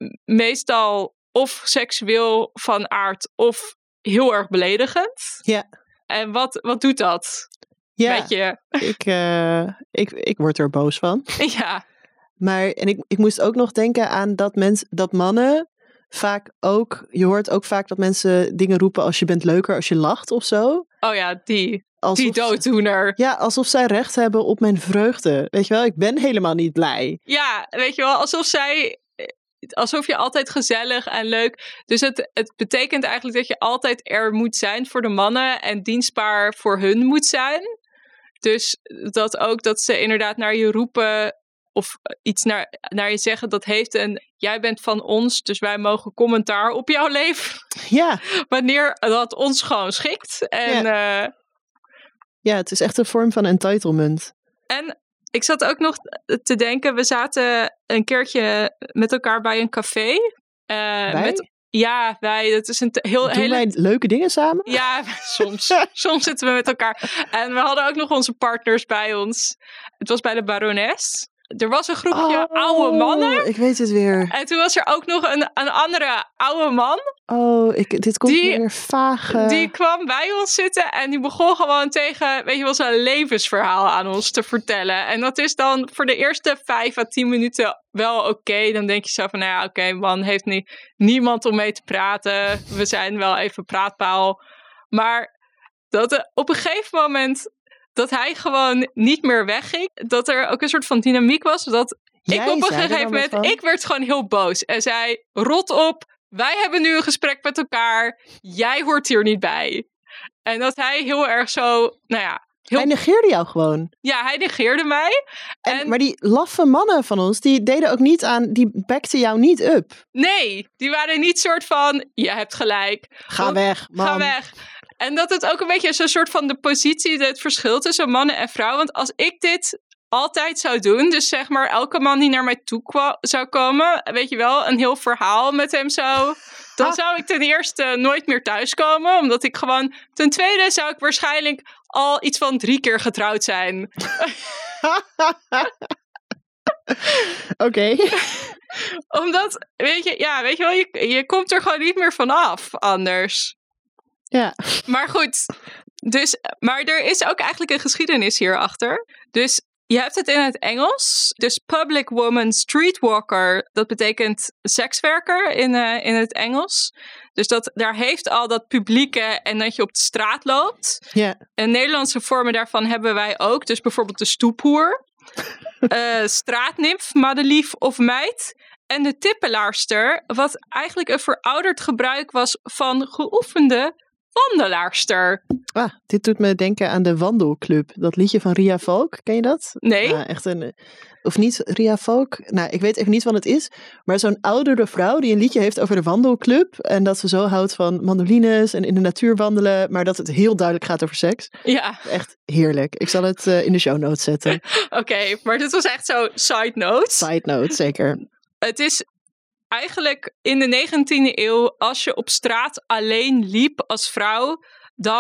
meestal of seksueel van aard of heel erg beledigend. Ja. En wat, wat doet dat? Ja, met je? Ik, uh, ik, ik word er boos van. Ja. Maar en ik, ik moest ook nog denken aan dat, mens, dat mannen vaak ook, je hoort ook vaak dat mensen dingen roepen als je bent leuker als je lacht of zo. Oh ja, die, alsof, die dooddoener. Ja, alsof zij recht hebben op mijn vreugde. Weet je wel, ik ben helemaal niet blij. Ja, weet je wel, alsof zij, alsof je altijd gezellig en leuk. Dus het, het betekent eigenlijk dat je altijd er moet zijn voor de mannen en dienstbaar voor hun moet zijn. Dus dat ook dat ze inderdaad naar je roepen of iets naar, naar je zeggen, dat heeft een, jij bent van ons, dus wij mogen commentaar op jouw leven. Ja. Wanneer dat ons gewoon schikt. En, ja. Uh, ja, het is echt een vorm van entitlement. En ik zat ook nog te denken, we zaten een keertje met elkaar bij een café. Uh, wij? Met, ja, wij. Dat is een te, heel... Doen hele... wij leuke dingen samen? Ja, soms. soms zitten we met elkaar. En we hadden ook nog onze partners bij ons. Het was bij de Barones. Er was een groepje oh, oude mannen. Ik weet het weer. En toen was er ook nog een, een andere oude man. Oh, ik, dit komt die, weer vage. Die kwam bij ons zitten en die begon gewoon tegen, weet je wel, zijn levensverhaal aan ons te vertellen. En dat is dan voor de eerste vijf à tien minuten wel oké. Okay. Dan denk je zo van, nou ja, oké, okay, man heeft niet, niemand om mee te praten. We zijn wel even praatpaal. Maar dat er op een gegeven moment... dat hij gewoon niet meer wegging. Dat er ook een soort van dynamiek was. Dat Jij ik op een gegeven moment... Van? Ik werd gewoon heel boos. En zei, rot op. Wij hebben nu een gesprek met elkaar. Jij hoort hier niet bij. En dat hij heel erg zo... Nou ja... Heel... Hij negeerde jou gewoon. Ja, hij negeerde mij. En, en... Maar die laffe mannen van ons, die deden ook niet aan... Die backten jou niet up. Nee, die waren niet soort van... Je hebt gelijk. Ga Want, weg, man. Ga weg. En dat het ook een beetje zo'n soort van de positie, het verschil tussen mannen en vrouwen. Want als ik dit altijd zou doen, dus zeg maar elke man die naar mij toe kwa- zou komen, weet je wel, een heel verhaal met hem zo, dan ah. zou ik ten eerste nooit meer thuiskomen. Omdat ik gewoon, ten tweede zou ik waarschijnlijk al iets van drie keer getrouwd zijn. Oké. Okay. Omdat, weet je, ja, weet je wel, je, je komt er gewoon niet meer vanaf anders. Ja. Maar goed, dus, maar er is ook eigenlijk een geschiedenis hierachter. Dus je hebt het in het Engels. Dus public woman streetwalker, dat betekent sekswerker in, uh, in het Engels. Dus dat, daar heeft al dat publieke en dat je op de straat loopt. Ja. En Nederlandse vormen daarvan hebben wij ook. Dus bijvoorbeeld de stoephoer, uh, straatnimf, madelief of meid. En de tippelaarster, wat eigenlijk een verouderd gebruik was van geoefende wandelaarster. Ah, dit doet me denken aan de Wandelclub. Dat liedje van Ria Valk, ken je dat? Nee. Ja, echt een, of niet Ria Valk? Nou, ik weet even niet wat het is. Maar zo'n oudere vrouw die een liedje heeft over de Wandelclub. En dat ze zo houdt van mandolines en in de natuur wandelen. Maar dat het heel duidelijk gaat over seks. Ja. Echt heerlijk. Ik zal het uh, in de show notes zetten. Oké, okay, maar dit was echt zo side note. Side note, zeker. Het is eigenlijk in de negentiende eeuw, als je op straat alleen liep als vrouw, dan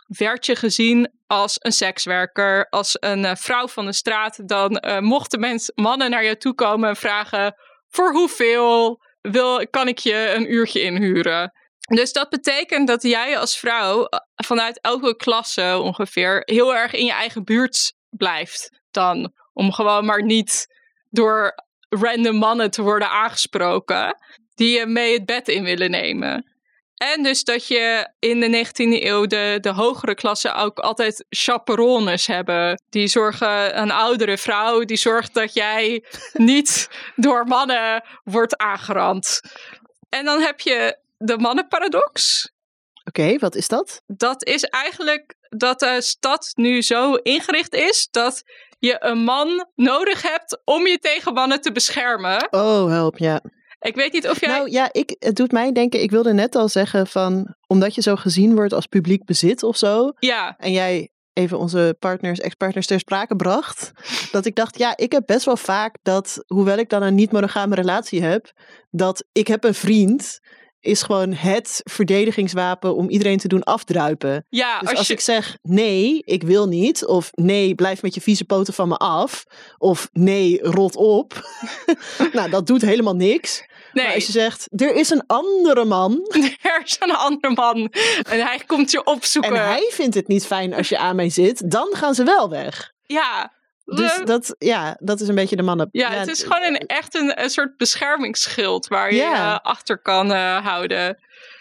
werd je gezien als een sekswerker, als een uh, vrouw van de straat. Dan uh, mochten mens, mannen naar je toe komen en vragen, voor hoeveel wil, kan ik je een uurtje inhuren? Dus dat betekent dat jij als vrouw vanuit elke klasse ongeveer heel erg in je eigen buurt blijft dan. Om gewoon maar niet door random mannen te worden aangesproken die je mee het bed in willen nemen. En dus dat je in de negentiende eeuw de, de hogere klassen ook altijd chaperones hebben. Die zorgen, een oudere vrouw, die zorgt dat jij niet door mannen wordt aangerand. En dan heb je de mannenparadox. Oké, okay, wat is dat? Dat is eigenlijk dat de stad nu zo ingericht is dat je een man nodig hebt om je tegen mannen te beschermen. Oh, help, ja. Ik weet niet of jij... Nou ja, ik, het doet mij denken, ik wilde net al zeggen van, omdat je zo gezien wordt als publiek bezit of zo. Ja. En jij even onze partners, ex-partners ter sprake bracht. Dat ik dacht, ja, ik heb best wel vaak dat, hoewel ik dan een niet-monogame relatie heb, dat ik heb een vriend, is gewoon het verdedigingswapen om iedereen te doen afdruipen. Ja, dus als, als je... ik zeg, nee, ik wil niet. Of nee, blijf met je vieze poten van me af. Of nee, rot op. Nou, dat doet helemaal niks. Nee. Maar als je zegt, er is een andere man. Er is een andere man. En hij komt je opzoeken. En hij vindt het niet fijn als je aan mij zit. Dan gaan ze wel weg. Ja. Dus dat, ja, dat is een beetje de mannen. Ja, ja, het is gewoon een, echt een, een soort beschermingsschild waar je ja. uh, achter kan uh, houden.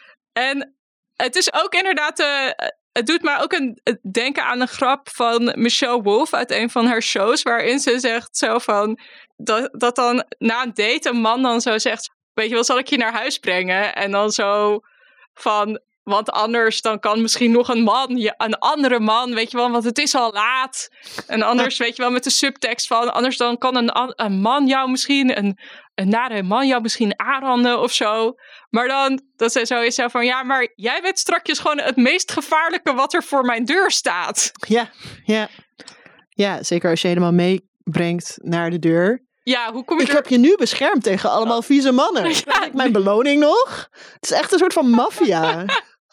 En het is ook inderdaad, uh, het doet mij ook een, denken aan een grap van Michelle Wolf uit een van haar shows, waarin ze zegt zo van, dat, dat dan na een date een man dan zo zegt, weet je wel, zal ik je naar huis brengen? En dan zo van, want anders dan kan misschien nog een man, een andere man, weet je wel, want het is al laat. En anders, weet je wel, met de subtekst van, anders dan kan een, een man jou misschien, een, een nare man jou misschien aanranden of zo. Maar dan, dat ze zo is zo van, ja, maar jij bent strakjes gewoon het meest gevaarlijke wat er voor mijn deur staat. Ja, ja. Ja, zeker als je helemaal meebrengt naar de deur. Ja, hoe kom je ik er... heb je nu beschermd tegen allemaal oh. vieze mannen. Ja. Krijg ik mijn beloning nog? Het is echt een soort van maffia.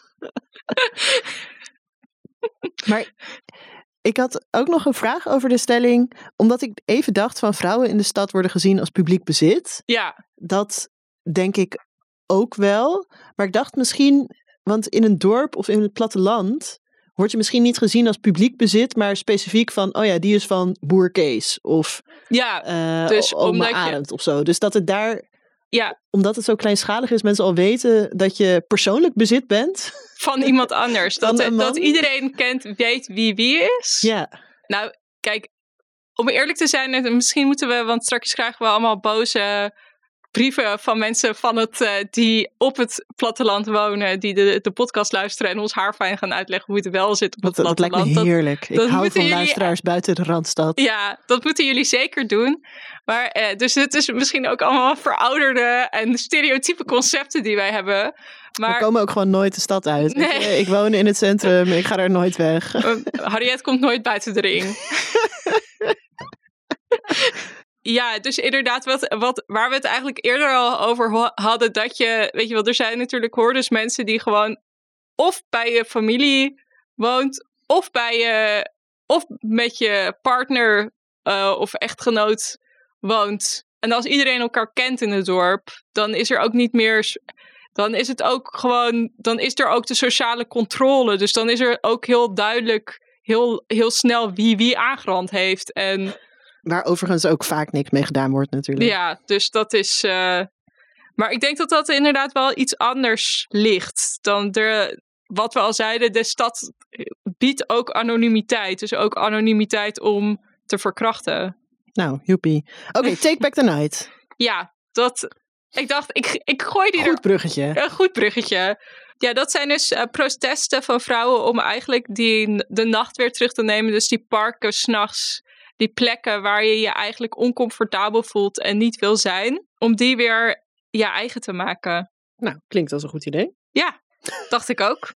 Maar ik had ook nog een vraag over de stelling. Omdat ik even dacht van vrouwen in de stad worden gezien als publiek bezit. Ja. Dat denk ik ook wel. Maar ik dacht misschien, want in een dorp of in het platteland word je misschien niet gezien als publiek bezit, maar specifiek van, oh ja, die is van boer Kees. Of ja, uh, dus oma Arend je... of zo. Dus dat het daar, ja. omdat het zo kleinschalig is, mensen al weten dat je persoonlijk bezit bent. Van iemand anders. dat, dat iedereen kent, weet wie wie is. Ja. Nou, kijk, om eerlijk te zijn, misschien moeten we, want straks krijgen we allemaal boze brieven van mensen van het, uh, die op het platteland wonen, die de, de podcast luisteren en ons haar fijn gaan uitleggen hoe het wel zit op het dat, platteland. Dat lijkt me heerlijk. Dat, ik dat hou van jullie, luisteraars buiten de Randstad. Ja, dat moeten jullie zeker doen. Maar, uh, dus het is misschien ook allemaal verouderde en stereotype concepten die wij hebben. Maar we komen ook gewoon nooit de stad uit. Nee. Ik woon in het centrum, ik ga er nooit weg. Uh, Harriet komt nooit buiten de ring. Ja, dus inderdaad, wat, wat, waar we het eigenlijk eerder al over ho- hadden, dat je, weet je wel, er zijn natuurlijk hordes mensen die gewoon of bij je familie woont, of bij je, of met je partner uh, of echtgenoot woont. En als iedereen elkaar kent in het dorp, dan is er ook niet meer, dan is het ook gewoon, dan is er ook de sociale controle. Dus dan is er ook heel duidelijk, heel, heel snel wie wie aangerand heeft en waar overigens ook vaak niks mee gedaan wordt natuurlijk. Ja, dus dat is... Uh... Maar ik denk dat dat inderdaad wel iets anders ligt dan de... Wat we al zeiden, de stad biedt ook anonimiteit. Dus ook anonimiteit om te verkrachten. Nou, joepie. Oké, okay, take back the night. Ja, dat... Ik dacht, ik, ik gooi die goed er... Goed bruggetje. Een goed bruggetje. Ja, dat zijn dus uh, protesten van vrouwen om eigenlijk die, de nacht weer terug te nemen. Dus die parken 's nachts, die plekken waar je je eigenlijk oncomfortabel voelt en niet wil zijn, om die weer je eigen te maken. Nou, klinkt als een goed idee. Ja, dacht ik ook.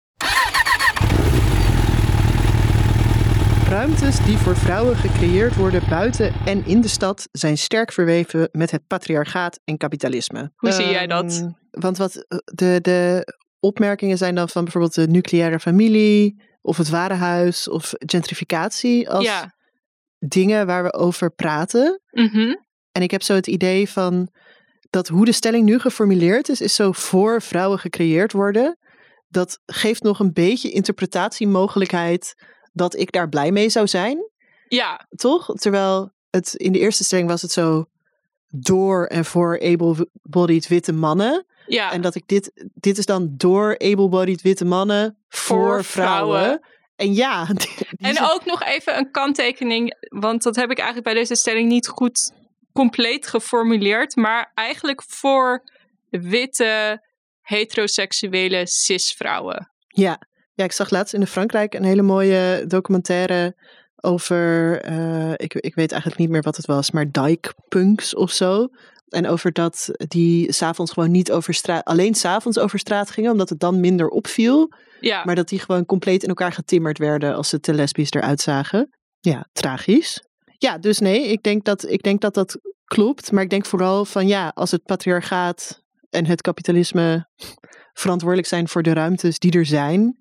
Ruimtes die voor vrouwen gecreëerd worden buiten en in de stad zijn sterk verweven met het patriarchaat en kapitalisme. Hoe um, zie jij dat? Want wat de, de opmerkingen zijn dan van bijvoorbeeld de nucleaire familie, of het warenhuis of gentrificatie als Ja. dingen waar we over praten. Mhm. En ik heb zo het idee van dat hoe de stelling nu geformuleerd is, is zo voor vrouwen gecreëerd worden. Dat geeft nog een beetje interpretatiemogelijkheid dat ik daar blij mee zou zijn. Ja, Toch? Terwijl het in de eerste stelling was het zo door en voor able-bodied witte mannen. ja. En dat ik dit, dit is dan door able-bodied witte mannen voor, Voor vrouwen. vrouwen. En ja. die- die En zijn- ook nog even een kanttekening, want dat heb ik eigenlijk bij deze stelling niet goed compleet geformuleerd, maar eigenlijk voor witte, heteroseksuele cis-vrouwen. Ja. ja, ik zag laatst in Frankrijk een hele mooie documentaire over, eh, ik, ik weet eigenlijk niet meer wat het was, maar dyke-punks of zo. En over dat die 's avonds gewoon niet over straat, alleen 's avonds over straat gingen, omdat het dan minder opviel. Ja, Maar dat die gewoon compleet in elkaar getimmerd werden als ze te lesbisch eruit zagen. Ja, tragisch. Ja, dus nee, ik denk dat, ik denk dat dat klopt. Maar ik denk vooral van ja, als het patriarchaat en het kapitalisme verantwoordelijk zijn voor de ruimtes die er zijn,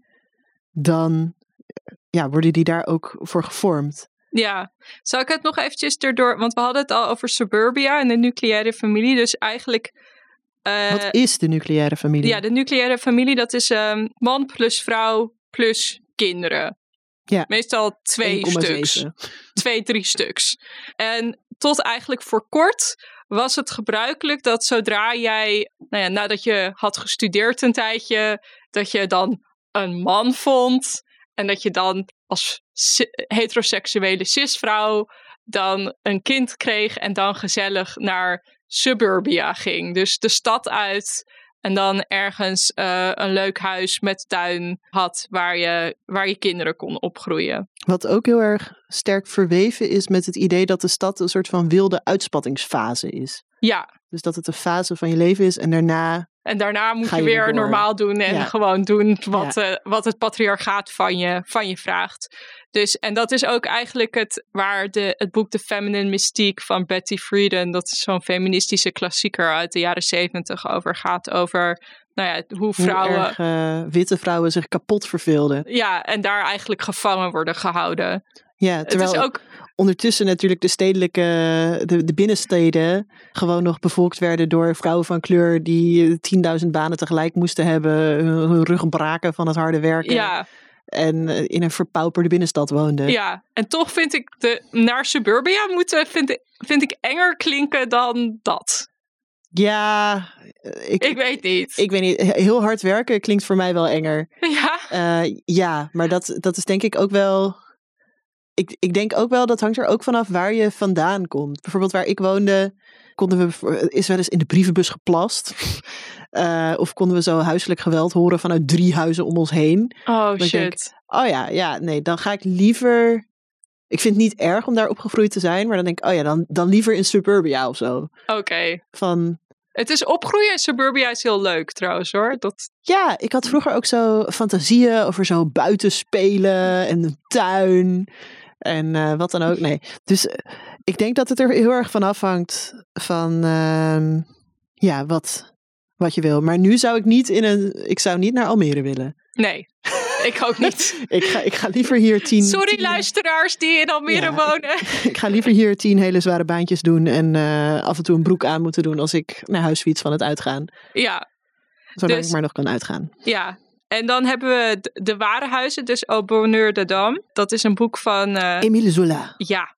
dan ja, worden die daar ook voor gevormd. ja. Zal ik het nog eventjes erdoor, want we hadden het al over suburbia en de nucleaire familie, dus eigenlijk... eh, Wat is de nucleaire familie? Ja, de nucleaire familie, dat is ehm, man plus vrouw plus kinderen. Ja. Meestal twee één komma stuks. zeven. Twee, drie stuks. En tot eigenlijk voor kort was het gebruikelijk dat zodra jij, nou ja, nadat je had gestudeerd een tijdje, dat je dan een man vond en dat je dan als si- heteroseksuele cisvrouw dan een kind kreeg en dan gezellig naar suburbia ging. Dus de stad uit en dan ergens eh, een leuk huis met tuin had waar je, waar je kinderen kon opgroeien. Wat ook heel erg sterk verweven is met het idee dat de stad een soort van wilde uitspattingsfase is. Ja, Dus dat het een fase van je leven is en daarna... en daarna moet Ga je je weer weer door. normaal doen en Ja. gewoon doen wat, eh, wat het patriarchaat van je, van je vraagt. Dus, en dat is ook eigenlijk het, waar de, het boek The Feminine Mystique van Betty Friedan, dat is zo'n feministische klassieker uit de jaren zeventig, over gaat. Over nou ja, hoe Hoe vrouwen... erg eh, witte vrouwen zich kapot verveelden. Ja, en daar eigenlijk gevangen worden gehouden. Ja, terwijl Het is ook... ondertussen natuurlijk de stedelijke, de, de binnensteden gewoon nog bevolkt werden door vrouwen van kleur die tienduizend banen tegelijk moesten hebben, hun, hun rug braken van het harde werken Ja, en eh, in een verpauperde binnenstad woonden. ja, en toch vind ik de naar suburbia moeten, vind ik, vind ik enger klinken dan dat. Ja, eh, ik, Ik weet niet. ik weet niet, heel hard werken klinkt voor mij wel enger. Ja, Eh, ja, maar dat, dat is denk ik ook wel. Ik, ik denk ook wel, dat hangt er ook vanaf waar je vandaan komt. Bijvoorbeeld waar ik woonde, konden we, voor- is wel eens in de brievenbus geplast. Eh, of konden we zo huiselijk geweld horen vanuit drie huizen om ons heen. oh ik shit. denk, Oh ja, ja, nee, dan ga ik liever. Ik vind het niet erg om daar opgegroeid te zijn, maar dan denk ik, oh ja, dan, dan liever in suburbia of zo. Oké. Van, Het is opgroeien in suburbia is heel leuk trouwens hoor. Dat, ja, ik had vroeger ook zo fantasieën over zo buiten spelen en een tuin en eh, wat dan ook. Nee, dus eh, ik denk dat het er heel erg van afhangt van, ehm, ja, wat, wat je wil. Maar nu zou ik niet in een, ik zou niet naar Almere willen. nee, ik ook niet. Ik ga, ik ga liever hier tien. Sorry tien- luisteraars die in Almere Ja, wonen. Ik ga liever hier tien hele zware baantjes doen en eh, af en toe een broek aan moeten doen als ik naar huis fiets van het uitgaan. Ja, Zodat Dus- ik maar nog kan uitgaan. ja. En dan hebben we de, de ware huizen, dus Au Bonheur de Dame. Dat is een boek van... eh, Emile Zola. Ja.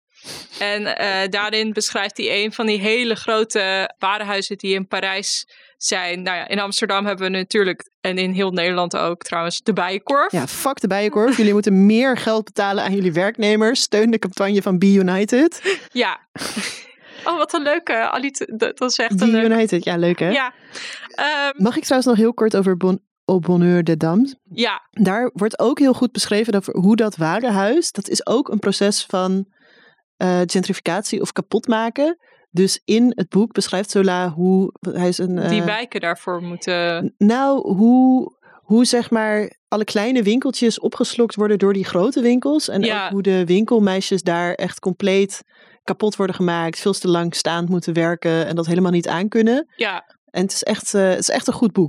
En eh, daarin beschrijft hij een van die hele grote warenhuizen die in Parijs zijn. Nou ja, in Amsterdam hebben we natuurlijk, en in heel Nederland ook trouwens, de Bijenkorf. Ja, fuck de Bijenkorf. Jullie moeten meer geld betalen aan jullie werknemers. Steun de campagne van Be United. Ja. Oh, wat een leuke. Alit, dat dat is echt Be een leuke. United, ja leuk hè? Ja. Ehm, Mag ik trouwens nog heel kort over bon, Au Bonheur de Dame? ja, Daar wordt ook heel goed beschreven over hoe dat warenhuis, dat is ook een proces van eh, gentrificatie of kapotmaken. Dus in het boek beschrijft Zola hoe, hij is een... die eh, wijken daarvoor moeten... Nou, hoe, hoe zeg maar alle kleine winkeltjes opgeslokt worden door die grote winkels. En Ja. ook hoe de winkelmeisjes daar echt compleet kapot worden gemaakt. Veel te lang staand moeten werken en dat helemaal niet aankunnen. Ja, En het is echt, eh, het is echt een goed boek.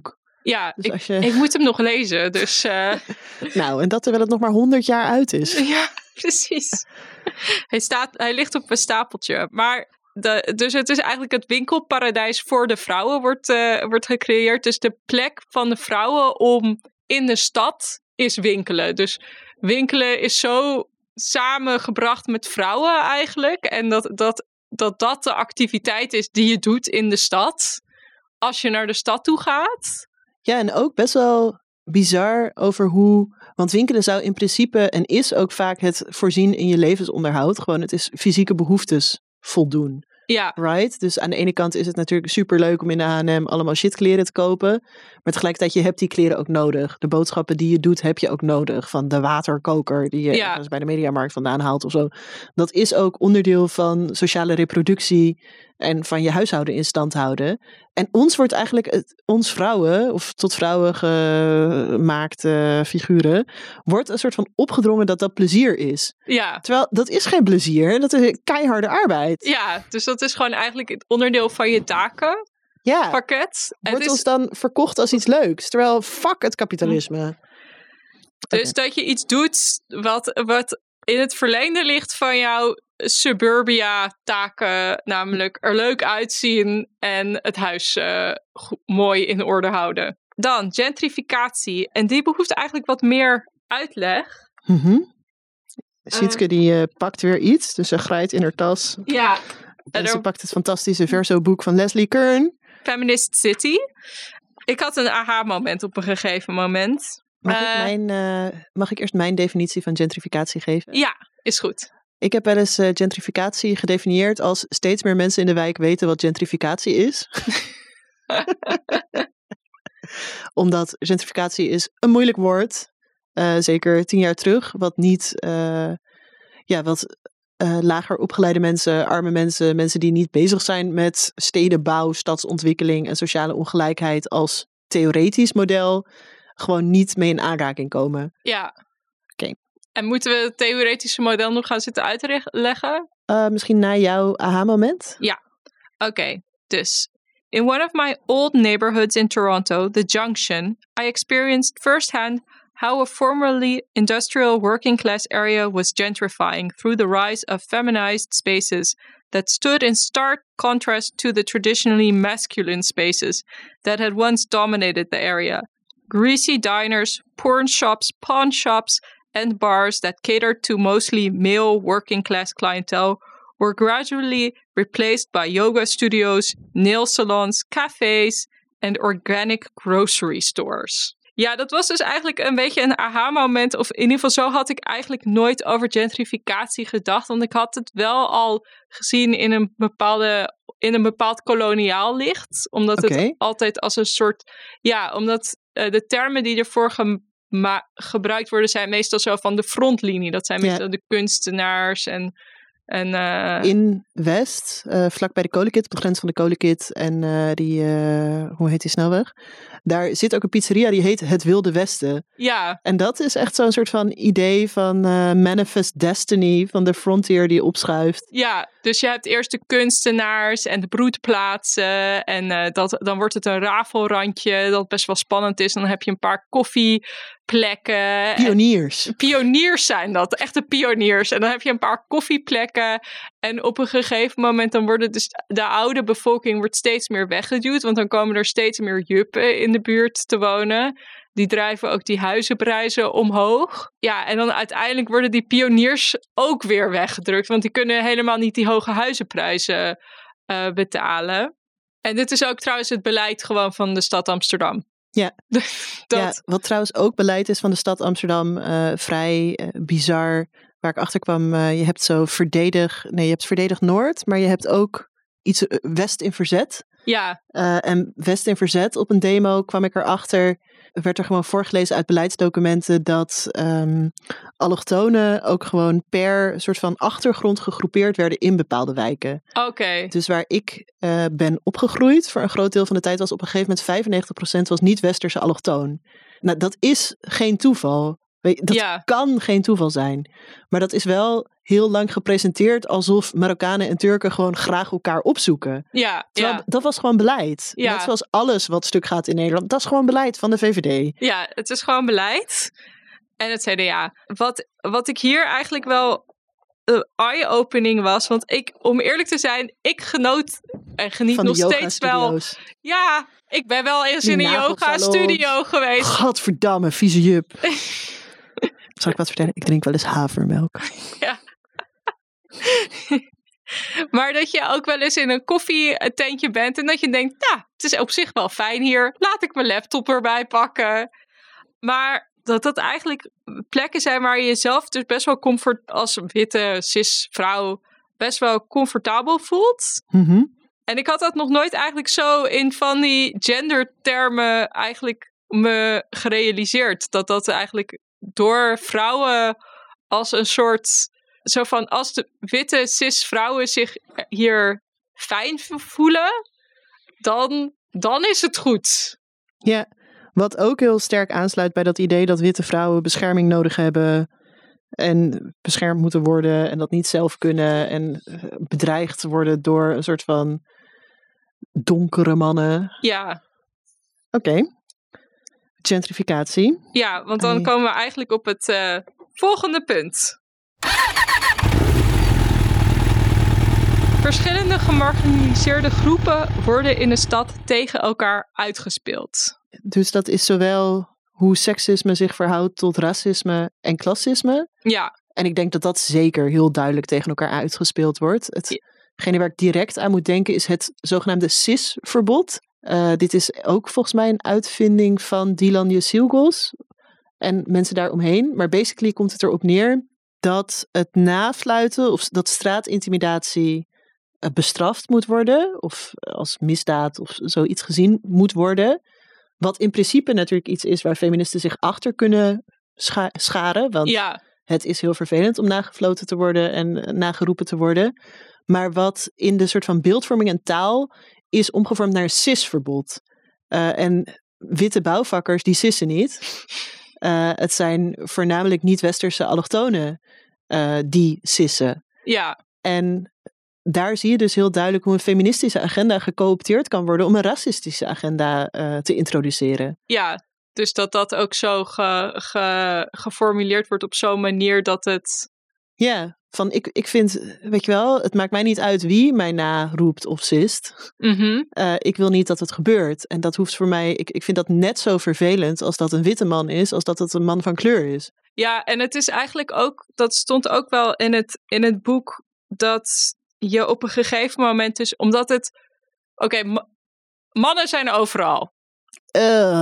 Ja, Dus ik, als je... ik moet hem nog lezen. Dus, uh... Nou, en dat terwijl het nog maar honderd jaar uit is. Ja, precies. Hij, staat, hij ligt op een stapeltje. Maar de, dus het is eigenlijk het winkelparadijs voor de vrouwen wordt, uh, wordt gecreëerd. Dus de plek van de vrouwen om in de stad is winkelen. Dus winkelen is zo samengebracht met vrouwen eigenlijk. En dat dat, dat dat de activiteit is die je doet in de stad. Als je naar de stad toe gaat. Ja, en ook best wel bizar over hoe... Want winkelen zou in principe en is ook vaak het voorzien in je levensonderhoud. Gewoon, het is fysieke behoeftes voldoen. Ja. Right? Dus aan de ene kant is het natuurlijk superleuk om in de H en M allemaal shitkleren te kopen. Maar tegelijkertijd, je hebt die kleren ook nodig. De boodschappen die je doet, heb je ook nodig. Van de waterkoker die je ja. bij de Mediamarkt vandaan haalt of zo. Dat is ook onderdeel van sociale reproductie en van je huishouden in stand houden. En ons wordt eigenlijk, het, ons vrouwen, of tot vrouwen gemaakte figuren, wordt een soort van opgedrongen dat dat plezier is. Ja. Terwijl dat is geen plezier, dat is keiharde arbeid. Ja, dus dat is gewoon eigenlijk het onderdeel van je taken. Ja, pakket. wordt het is... ons dan verkocht als iets leuks. Terwijl, fuck het kapitalisme. Dus okay. Dat je iets doet wat, wat in het verlengde ligt van jouw suburbia taken. Namelijk er leuk uitzien en het huis uh, go- mooi in orde houden. Dan gentrificatie. En die behoeft eigenlijk wat meer uitleg. Mm-hmm. Sietske uh, die uh, pakt weer iets. Dus ze grijpt in haar tas. Ja. En, en ze er... pakt het fantastische verso-boek van Leslie Kern. Feminist City. Ik had een aha-moment op een gegeven moment. Mag, uh, ik mijn, uh, mag ik eerst mijn definitie van gentrificatie geven? Ja, is goed. Ik heb wel eens uh, gentrificatie gedefinieerd als steeds meer mensen in de wijk weten wat gentrificatie is. Omdat gentrificatie is een moeilijk woord. Uh, zeker tien jaar terug. Wat niet... Uh, ja, wat... Uh, lager opgeleide mensen, arme mensen, mensen die niet bezig zijn met stedenbouw, stadsontwikkeling en sociale ongelijkheid als theoretisch model, gewoon niet mee in aanraking komen. Ja. Oké. Okay. En moeten we het theoretische model nog gaan zitten uitleggen? Uh, misschien na jouw aha-moment? Ja. Oké. Okay. Dus, in one of my old neighborhoods in Toronto, the Junction, I experienced firsthand how a formerly industrial working class area was gentrifying through the rise of feminized spaces that stood in stark contrast to the traditionally masculine spaces that had once dominated the area. Greasy diners, porn shops, pawn shops, and bars that catered to mostly male working class clientele were gradually replaced by yoga studios, nail salons, cafes, and organic grocery stores. Ja, dat was dus eigenlijk een beetje een aha-moment. Of in ieder geval zo had ik eigenlijk nooit over gentrificatie gedacht. Want ik had het wel al gezien in een, bepaalde, in een bepaald koloniaal licht. Omdat okay. het altijd als een soort... Ja, omdat uh, de termen die ervoor gema- gebruikt worden zijn meestal zo van de frontlinie. Dat zijn meestal ja. de kunstenaars en... En, uh... in West, uh, vlak bij de Kolenkit, op de grens van de Kolenkit en uh, die, uh, hoe heet die snelweg? Daar zit ook een pizzeria die heet Het Wilde Westen. Ja. En dat is echt zo'n soort van idee van uh, manifest destiny, van de frontier die opschuift. Ja, dus je hebt eerst de kunstenaars en de broedplaatsen en uh, dat, dan wordt het een rafelrandje dat best wel spannend is. Dan heb je een paar koffieplekken. Pioniers. En, pioniers zijn dat, echte pioniers. En dan heb je een paar koffieplekken en op een gegeven moment dan worden dus de oude bevolking wordt steeds meer weggeduwd, want dan komen er steeds meer juppen in de buurt te wonen. Die drijven ook die huizenprijzen omhoog. Ja, en dan uiteindelijk worden die pioniers ook weer weggedrukt, want die kunnen helemaal niet die hoge huizenprijzen uh, betalen. En dit is ook trouwens het beleid gewoon van de stad Amsterdam. Ja. dat... ja, wat trouwens ook beleid is van de stad Amsterdam, uh, vrij uh, bizar, waar ik achter kwam, uh, je hebt zo verdedig, nee, je hebt verdedig Noord, maar je hebt ook iets uh, West in verzet. Ja. Uh, en West in verzet, op een demo kwam ik erachter, werd er gewoon voorgelezen uit beleidsdocumenten dat um, allochtonen ook gewoon per soort van achtergrond gegroepeerd werden in bepaalde wijken. Oké. Okay. Dus waar ik uh, ben opgegroeid voor een groot deel van de tijd was op een gegeven moment vijfennegentig procent was niet-westerse allochtoon. Nou, dat is geen toeval. Weet je, dat Ja. kan geen toeval zijn. Maar dat is wel heel lang gepresenteerd alsof Marokkanen en Turken gewoon graag elkaar opzoeken. Ja, Terwijl ja. dat was gewoon beleid. Ja. Net zoals alles wat stuk gaat in Nederland. Dat is gewoon beleid van de V V D. Ja, het is gewoon beleid. En het C D A. Wat, wat ik hier eigenlijk wel een eye-opening was. Want ik, om eerlijk te zijn, ik genoot en geniet Van de nog steeds wel. yoga-studio's. Ja, ik ben wel eens Die in een nagelsalons. yoga-studio geweest. Gadverdamme, vieze jup. Zal ik wat vertellen? Ik drink wel eens havermelk. Maar dat je ook wel eens in een koffietentje bent en dat je denkt, nou, het is op zich wel fijn hier. Laat ik mijn laptop erbij pakken. Maar dat dat eigenlijk plekken zijn waar je jezelf dus best wel comfort als witte cis vrouw best wel comfortabel voelt. Mhm. En ik had dat nog nooit eigenlijk zo in van die gendertermen eigenlijk me gerealiseerd. Dat dat eigenlijk door vrouwen als een soort, zo van als de witte cis vrouwen zich hier fijn voelen, dan, dan is het goed. Ja, wat ook heel sterk aansluit bij dat idee dat witte vrouwen bescherming nodig hebben en beschermd moeten worden en dat niet zelf kunnen en bedreigd worden door een soort van donkere mannen. Ja, Oké. Gentrificatie. ja want dan Ai. komen we eigenlijk op het uh, volgende punt. Verschillende gemarginaliseerde groepen worden in de stad tegen elkaar uitgespeeld. Dus dat is zowel hoe seksisme zich verhoudt tot racisme en klassisme. Ja, En ik denk dat dat zeker heel duidelijk tegen elkaar uitgespeeld wordt. Hetgene waar ik direct aan moet denken is het zogenaamde cis-verbod. Uh, dit is ook volgens mij een uitvinding van Dilan Yeşilgöz en mensen daaromheen. Maar basically komt het erop neer dat het nafluiten of dat straatintimidatie uh, bestraft moet worden. Of als misdaad of zoiets gezien moet worden. Wat in principe natuurlijk iets is waar feministen zich achter kunnen scha- scharen. Want ja, het is heel vervelend om nagefloten te worden en nageroepen te worden. Maar wat in de soort van beeldvorming en taal is omgevormd naar een cisverbod. Uh, en witte bouwvakkers, die sissen niet. Uh, het zijn voornamelijk niet-westerse allochtonen uh, die sissen. ja, En daar zie je dus heel duidelijk hoe een feministische agenda gecoopteerd kan worden om een racistische agenda uh, te introduceren. ja. Dus dat dat ook zo ge, ge, geformuleerd wordt op zo'n manier dat het... Ja, van ik, ik vind, weet je wel, het maakt mij niet uit wie mij naroept of sist. Mm-hmm. Uh, ik wil niet dat het gebeurt. En dat hoeft voor mij, ik, ik vind dat net zo vervelend als dat een witte man is, als dat het een man van kleur is. Ja, en het is eigenlijk ook, dat stond ook wel in het, in het boek, dat je op een gegeven moment is, omdat het, oké, okay, ma- mannen zijn overal. Uh,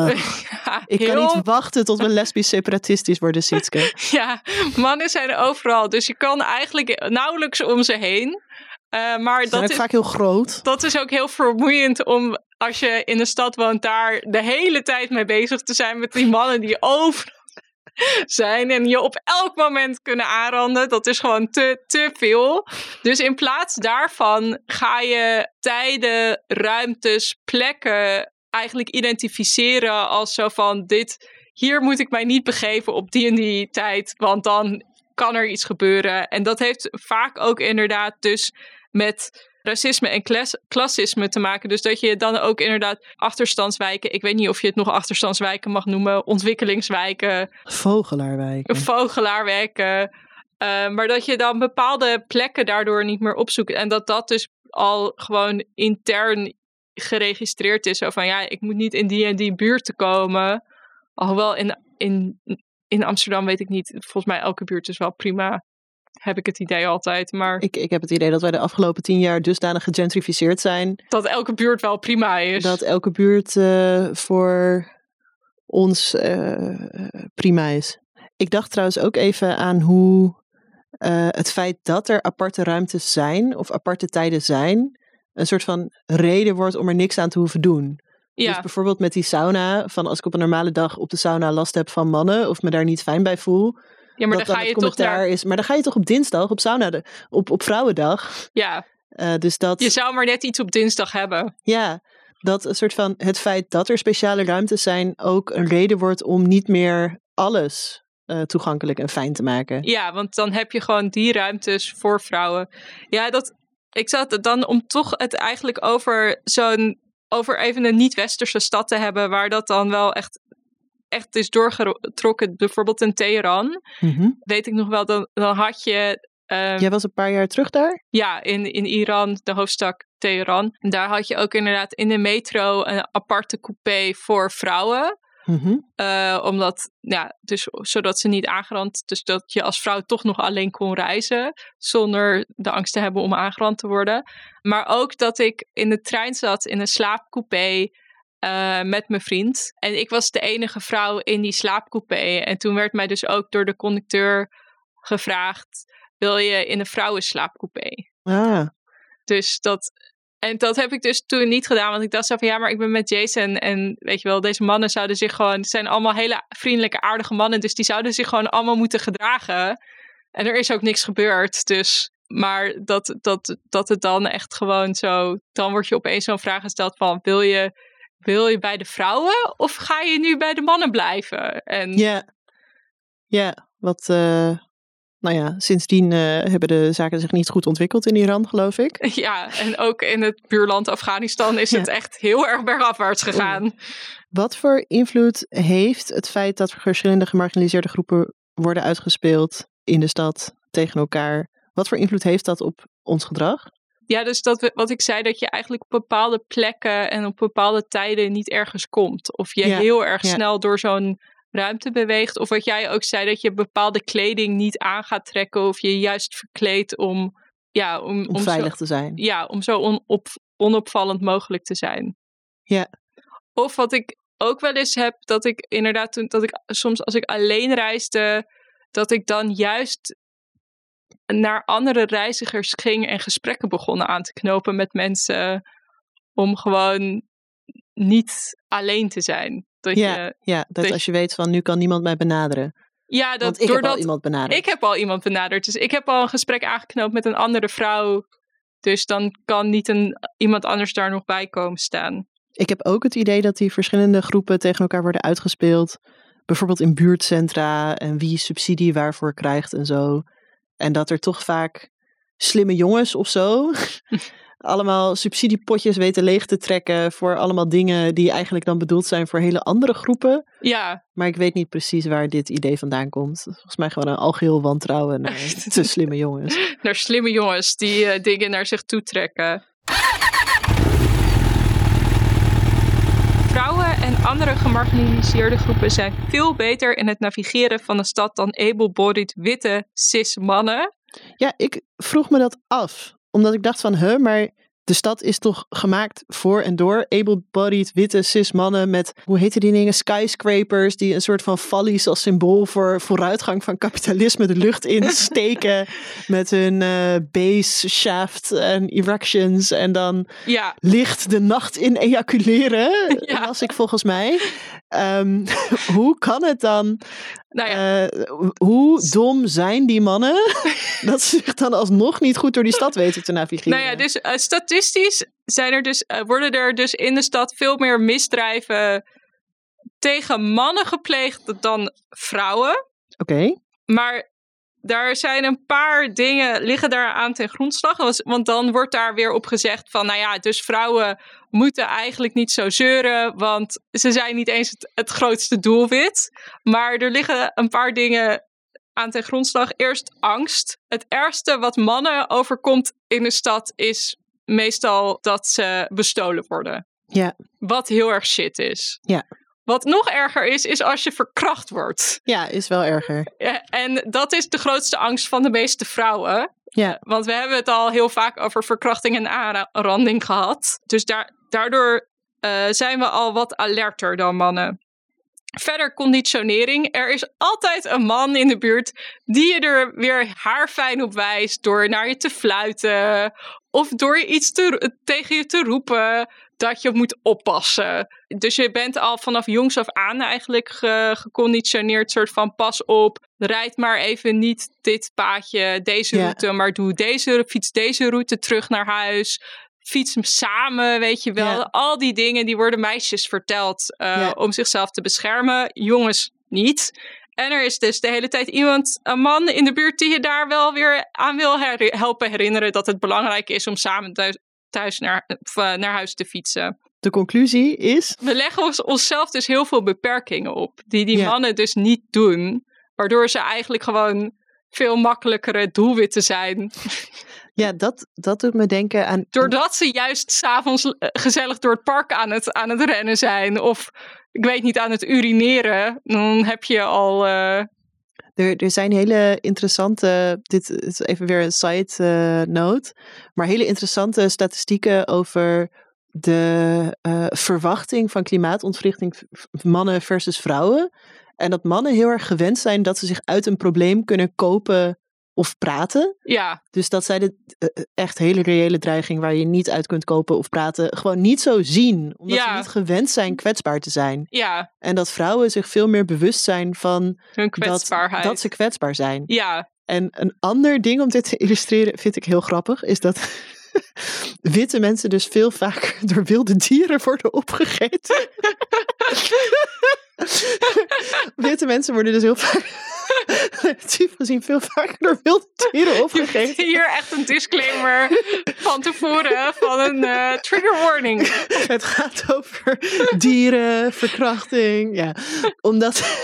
ja, ik heel... kan niet wachten tot we lesbisch separatistisch worden, Sietske. Ja, mannen zijn overal. Dus je kan eigenlijk nauwelijks om ze heen. Uh, maar ze dat zijn ook is, vaak heel groot. Dat is ook heel vermoeiend om, als je in een stad woont, daar de hele tijd mee bezig te zijn met die mannen die overal zijn en je op elk moment kunnen aanranden. Dat is gewoon te, te veel. Dus in plaats daarvan ga je tijden, ruimtes, plekken eigenlijk identificeren als zo van dit, hier moet ik mij niet begeven op die en die tijd, want dan kan er iets gebeuren. En dat heeft vaak ook inderdaad dus met racisme en klas- klassisme te maken. Dus dat je dan ook inderdaad achterstandswijken, ik weet niet of je het nog achterstandswijken mag noemen, ontwikkelingswijken, Vogelaarwijken. Vogelaarwijken. Uh, maar dat je dan bepaalde plekken daardoor niet meer opzoekt. En dat dat dus al gewoon intern geregistreerd is. Zo van ja, ik moet niet in die en die buurt te komen. Alhoewel in, in, in Amsterdam weet ik niet. Volgens mij elke buurt is wel prima. Heb ik het idee altijd. Maar Ik, ik heb het idee dat wij de afgelopen tien jaar dusdanig gegentrificeerd zijn. Dat elke buurt wel prima is. Dat elke buurt uh, voor ons uh, prima is. Ik dacht trouwens ook even aan hoe uh, het feit dat er aparte ruimtes zijn. Of aparte tijden zijn. Een soort van reden wordt om er niks aan te hoeven doen. Ja. Dus bijvoorbeeld met die sauna. Van als ik op een normale dag op de sauna last heb van mannen. Of me daar niet fijn bij voel. Ja, maar dat dan dan ga je het toch commentaar naar... is. Maar dan ga je toch op dinsdag op sauna. De, op, op Vrouwendag. Ja. Uh, dus dat... Je zou maar net iets op dinsdag hebben. Ja. Dat een soort van het feit dat er speciale ruimtes zijn ook een reden wordt om niet meer alles uh, toegankelijk en fijn te maken. Ja, want dan heb je gewoon die ruimtes voor vrouwen. Ja, dat, ik zat dan om toch het eigenlijk over zo'n, over even een niet-westerse stad te hebben, waar dat dan wel echt, echt is doorgetrokken. Bijvoorbeeld in Teheran. Mm-hmm. Weet ik nog wel, dan, dan had je... Um, Jij was een paar jaar terug daar? Ja, in, in Iran, de hoofdstad Teheran. En daar had je ook inderdaad in de metro een aparte coupé voor vrouwen. Mm-hmm. Uh, omdat, ja, dus zodat ze niet aangerand, dus dat je als vrouw toch nog alleen kon reizen, zonder de angst te hebben om aangerand te worden. Maar ook dat ik in de trein zat in een slaapcoupé uh, met mijn vriend. En ik was de enige vrouw in die slaapcoupé. En toen werd mij dus ook door de conducteur gevraagd, wil je in een vrouwenslaapcoupé? Ah. Dus dat... En dat heb ik dus toen niet gedaan, want ik dacht zo van ja, maar ik ben met Jason en weet je wel, deze mannen zouden zich gewoon, het zijn allemaal hele vriendelijke, aardige mannen, dus die zouden zich gewoon allemaal moeten gedragen. En er is ook niks gebeurd, dus, maar dat, dat, dat het dan echt gewoon zo, dan word je opeens zo'n vraag gesteld van, wil je, wil je bij de vrouwen of ga je nu bij de mannen blijven? En ja, ja, wat... Uh... Nou ja, sindsdien uh, hebben de zaken zich niet goed ontwikkeld in Iran, geloof ik. Ja, en ook in het buurland Afghanistan is ja. het echt heel erg bergafwaarts gegaan. Oeh. Wat voor invloed heeft het feit dat verschillende gemarginaliseerde groepen worden uitgespeeld in de stad tegen elkaar? Wat voor invloed heeft dat op ons gedrag? Ja, dus dat we, wat ik zei, dat je eigenlijk op bepaalde plekken en op bepaalde tijden niet ergens komt. Of je ja. heel erg ja. snel door zo'n ruimte beweegt. Of wat jij ook zei, dat je bepaalde kleding niet aan gaat trekken. Of je juist verkleedt om... Ja, om, om, om veilig zo, te zijn. Ja, om zo onop, onopvallend mogelijk te zijn. Ja. Of wat ik ook wel eens heb, dat ik inderdaad toen, dat ik soms als ik alleen reisde, dat ik dan juist naar andere reizigers ging en gesprekken begonnen aan te knopen met mensen. Om gewoon niet alleen te zijn. Dat ja, je, ja, dat, dat als je weet van nu kan niemand mij benaderen. Ja, dat, Want ik doordat, heb al iemand benaderd. Ik heb al iemand benaderd. Dus ik heb al een gesprek aangeknoopt met een andere vrouw. Dus dan kan niet een, iemand anders daar nog bij komen staan. Ik heb ook het idee dat die verschillende groepen tegen elkaar worden uitgespeeld. Bijvoorbeeld in buurtcentra en wie subsidie waarvoor krijgt en zo. En dat er toch vaak slimme jongens of zo allemaal subsidiepotjes weten leeg te trekken voor allemaal dingen die eigenlijk dan bedoeld zijn voor hele andere groepen. Ja. Maar ik weet niet precies waar dit idee vandaan komt. Volgens mij gewoon een algeheel wantrouwen naar te slimme jongens. Naar slimme jongens die uh, dingen naar zich toe trekken. Vrouwen en andere gemarginaliseerde groepen zijn veel beter in het navigeren van de stad dan able-bodied witte cis mannen. Ja, ik vroeg me dat af. Omdat ik dacht van, huh, maar de stad is toch gemaakt voor en door able-bodied witte cis mannen met, hoe heette die dingen, skyscrapers, die een soort van fallies als symbool voor vooruitgang van kapitalisme de lucht insteken met hun uh, base, shaft en erections en dan ja. licht de nacht in ejaculeren, ja. las ik volgens mij. Um, hoe kan het dan? Nou ja. uh, hoe dom zijn die mannen dat ze zich dan alsnog niet goed door die stad weten te navigeren? Nou ja, dus uh, statistisch zijn er dus, uh, worden er dus in de stad veel meer misdrijven tegen mannen gepleegd dan vrouwen. Oké. Okay. Maar daar zijn een paar dingen liggen daar aan ten grondslag. Want dan wordt daar weer op gezegd van, nou ja, dus vrouwen moeten eigenlijk niet zo zeuren, want ze zijn niet eens het, het grootste doelwit. Maar er liggen een paar dingen aan ten grondslag. Eerst angst. Het ergste wat mannen overkomt in de stad is meestal dat ze bestolen worden. Ja. Wat heel erg shit is. Ja. Wat nog erger is, is als je verkracht wordt. Ja, is wel erger. Ja, en dat is de grootste angst van de meeste vrouwen. Ja. Want we hebben het al heel vaak over verkrachting en aanranding gehad. Dus daar, daardoor uh, zijn we al wat alerter dan mannen. Verder conditionering. Er is altijd een man in de buurt die je er weer haarfijn op wijst door naar je te fluiten. Of door je iets te, tegen je te roepen dat je moet oppassen. Dus je bent al vanaf jongs af aan eigenlijk ge, geconditioneerd. Soort van pas op, rijd maar even niet dit paadje, deze ja. route. Maar doe deze, fiets deze route terug naar huis. Fiets samen, weet je wel. Ja. Al die dingen die worden meisjes verteld uh, ja. om zichzelf te beschermen. Jongens niet. En er is dus de hele tijd iemand, een man in de buurt die je daar wel weer aan wil her- helpen herinneren dat het belangrijk is om samen thuis, thuis naar, of, uh, naar huis te fietsen. De conclusie is... We leggen ons, onszelf dus heel veel beperkingen op, die die Ja. mannen dus niet doen, waardoor ze eigenlijk gewoon veel makkelijkere doelwitten zijn. Ja, dat, dat doet me denken aan... Doordat ze juist 's avonds uh, gezellig door het park aan het, aan het rennen zijn, of ik weet niet, aan het urineren, dan heb je al... Uh, Er, er zijn hele interessante, dit is even weer een side uh, note, maar hele interessante statistieken over de uh, verwachting van klimaatontwrichting v- mannen versus vrouwen. En dat mannen heel erg gewend zijn dat ze zich uit een probleem kunnen kopen of praten. ja, Dus dat zij de uh, echt hele reële dreiging waar je niet uit kunt kopen of praten, gewoon niet zo zien. Omdat Ja. ze niet gewend zijn kwetsbaar te zijn. ja, En dat vrouwen zich veel meer bewust zijn van hun dat, kwetsbaarheid. dat ze kwetsbaar zijn. Ja, En een ander ding om dit te illustreren, vind ik heel grappig, is dat witte mensen dus veel vaker door wilde dieren worden opgegeten. Witte mensen worden dus heel vaak, relatief gezien, veel vaker door wilde dieren opgegeten. hier echt een disclaimer van tevoren van een uh, trigger warning. Het gaat over dieren, verkrachting, ja. Omdat...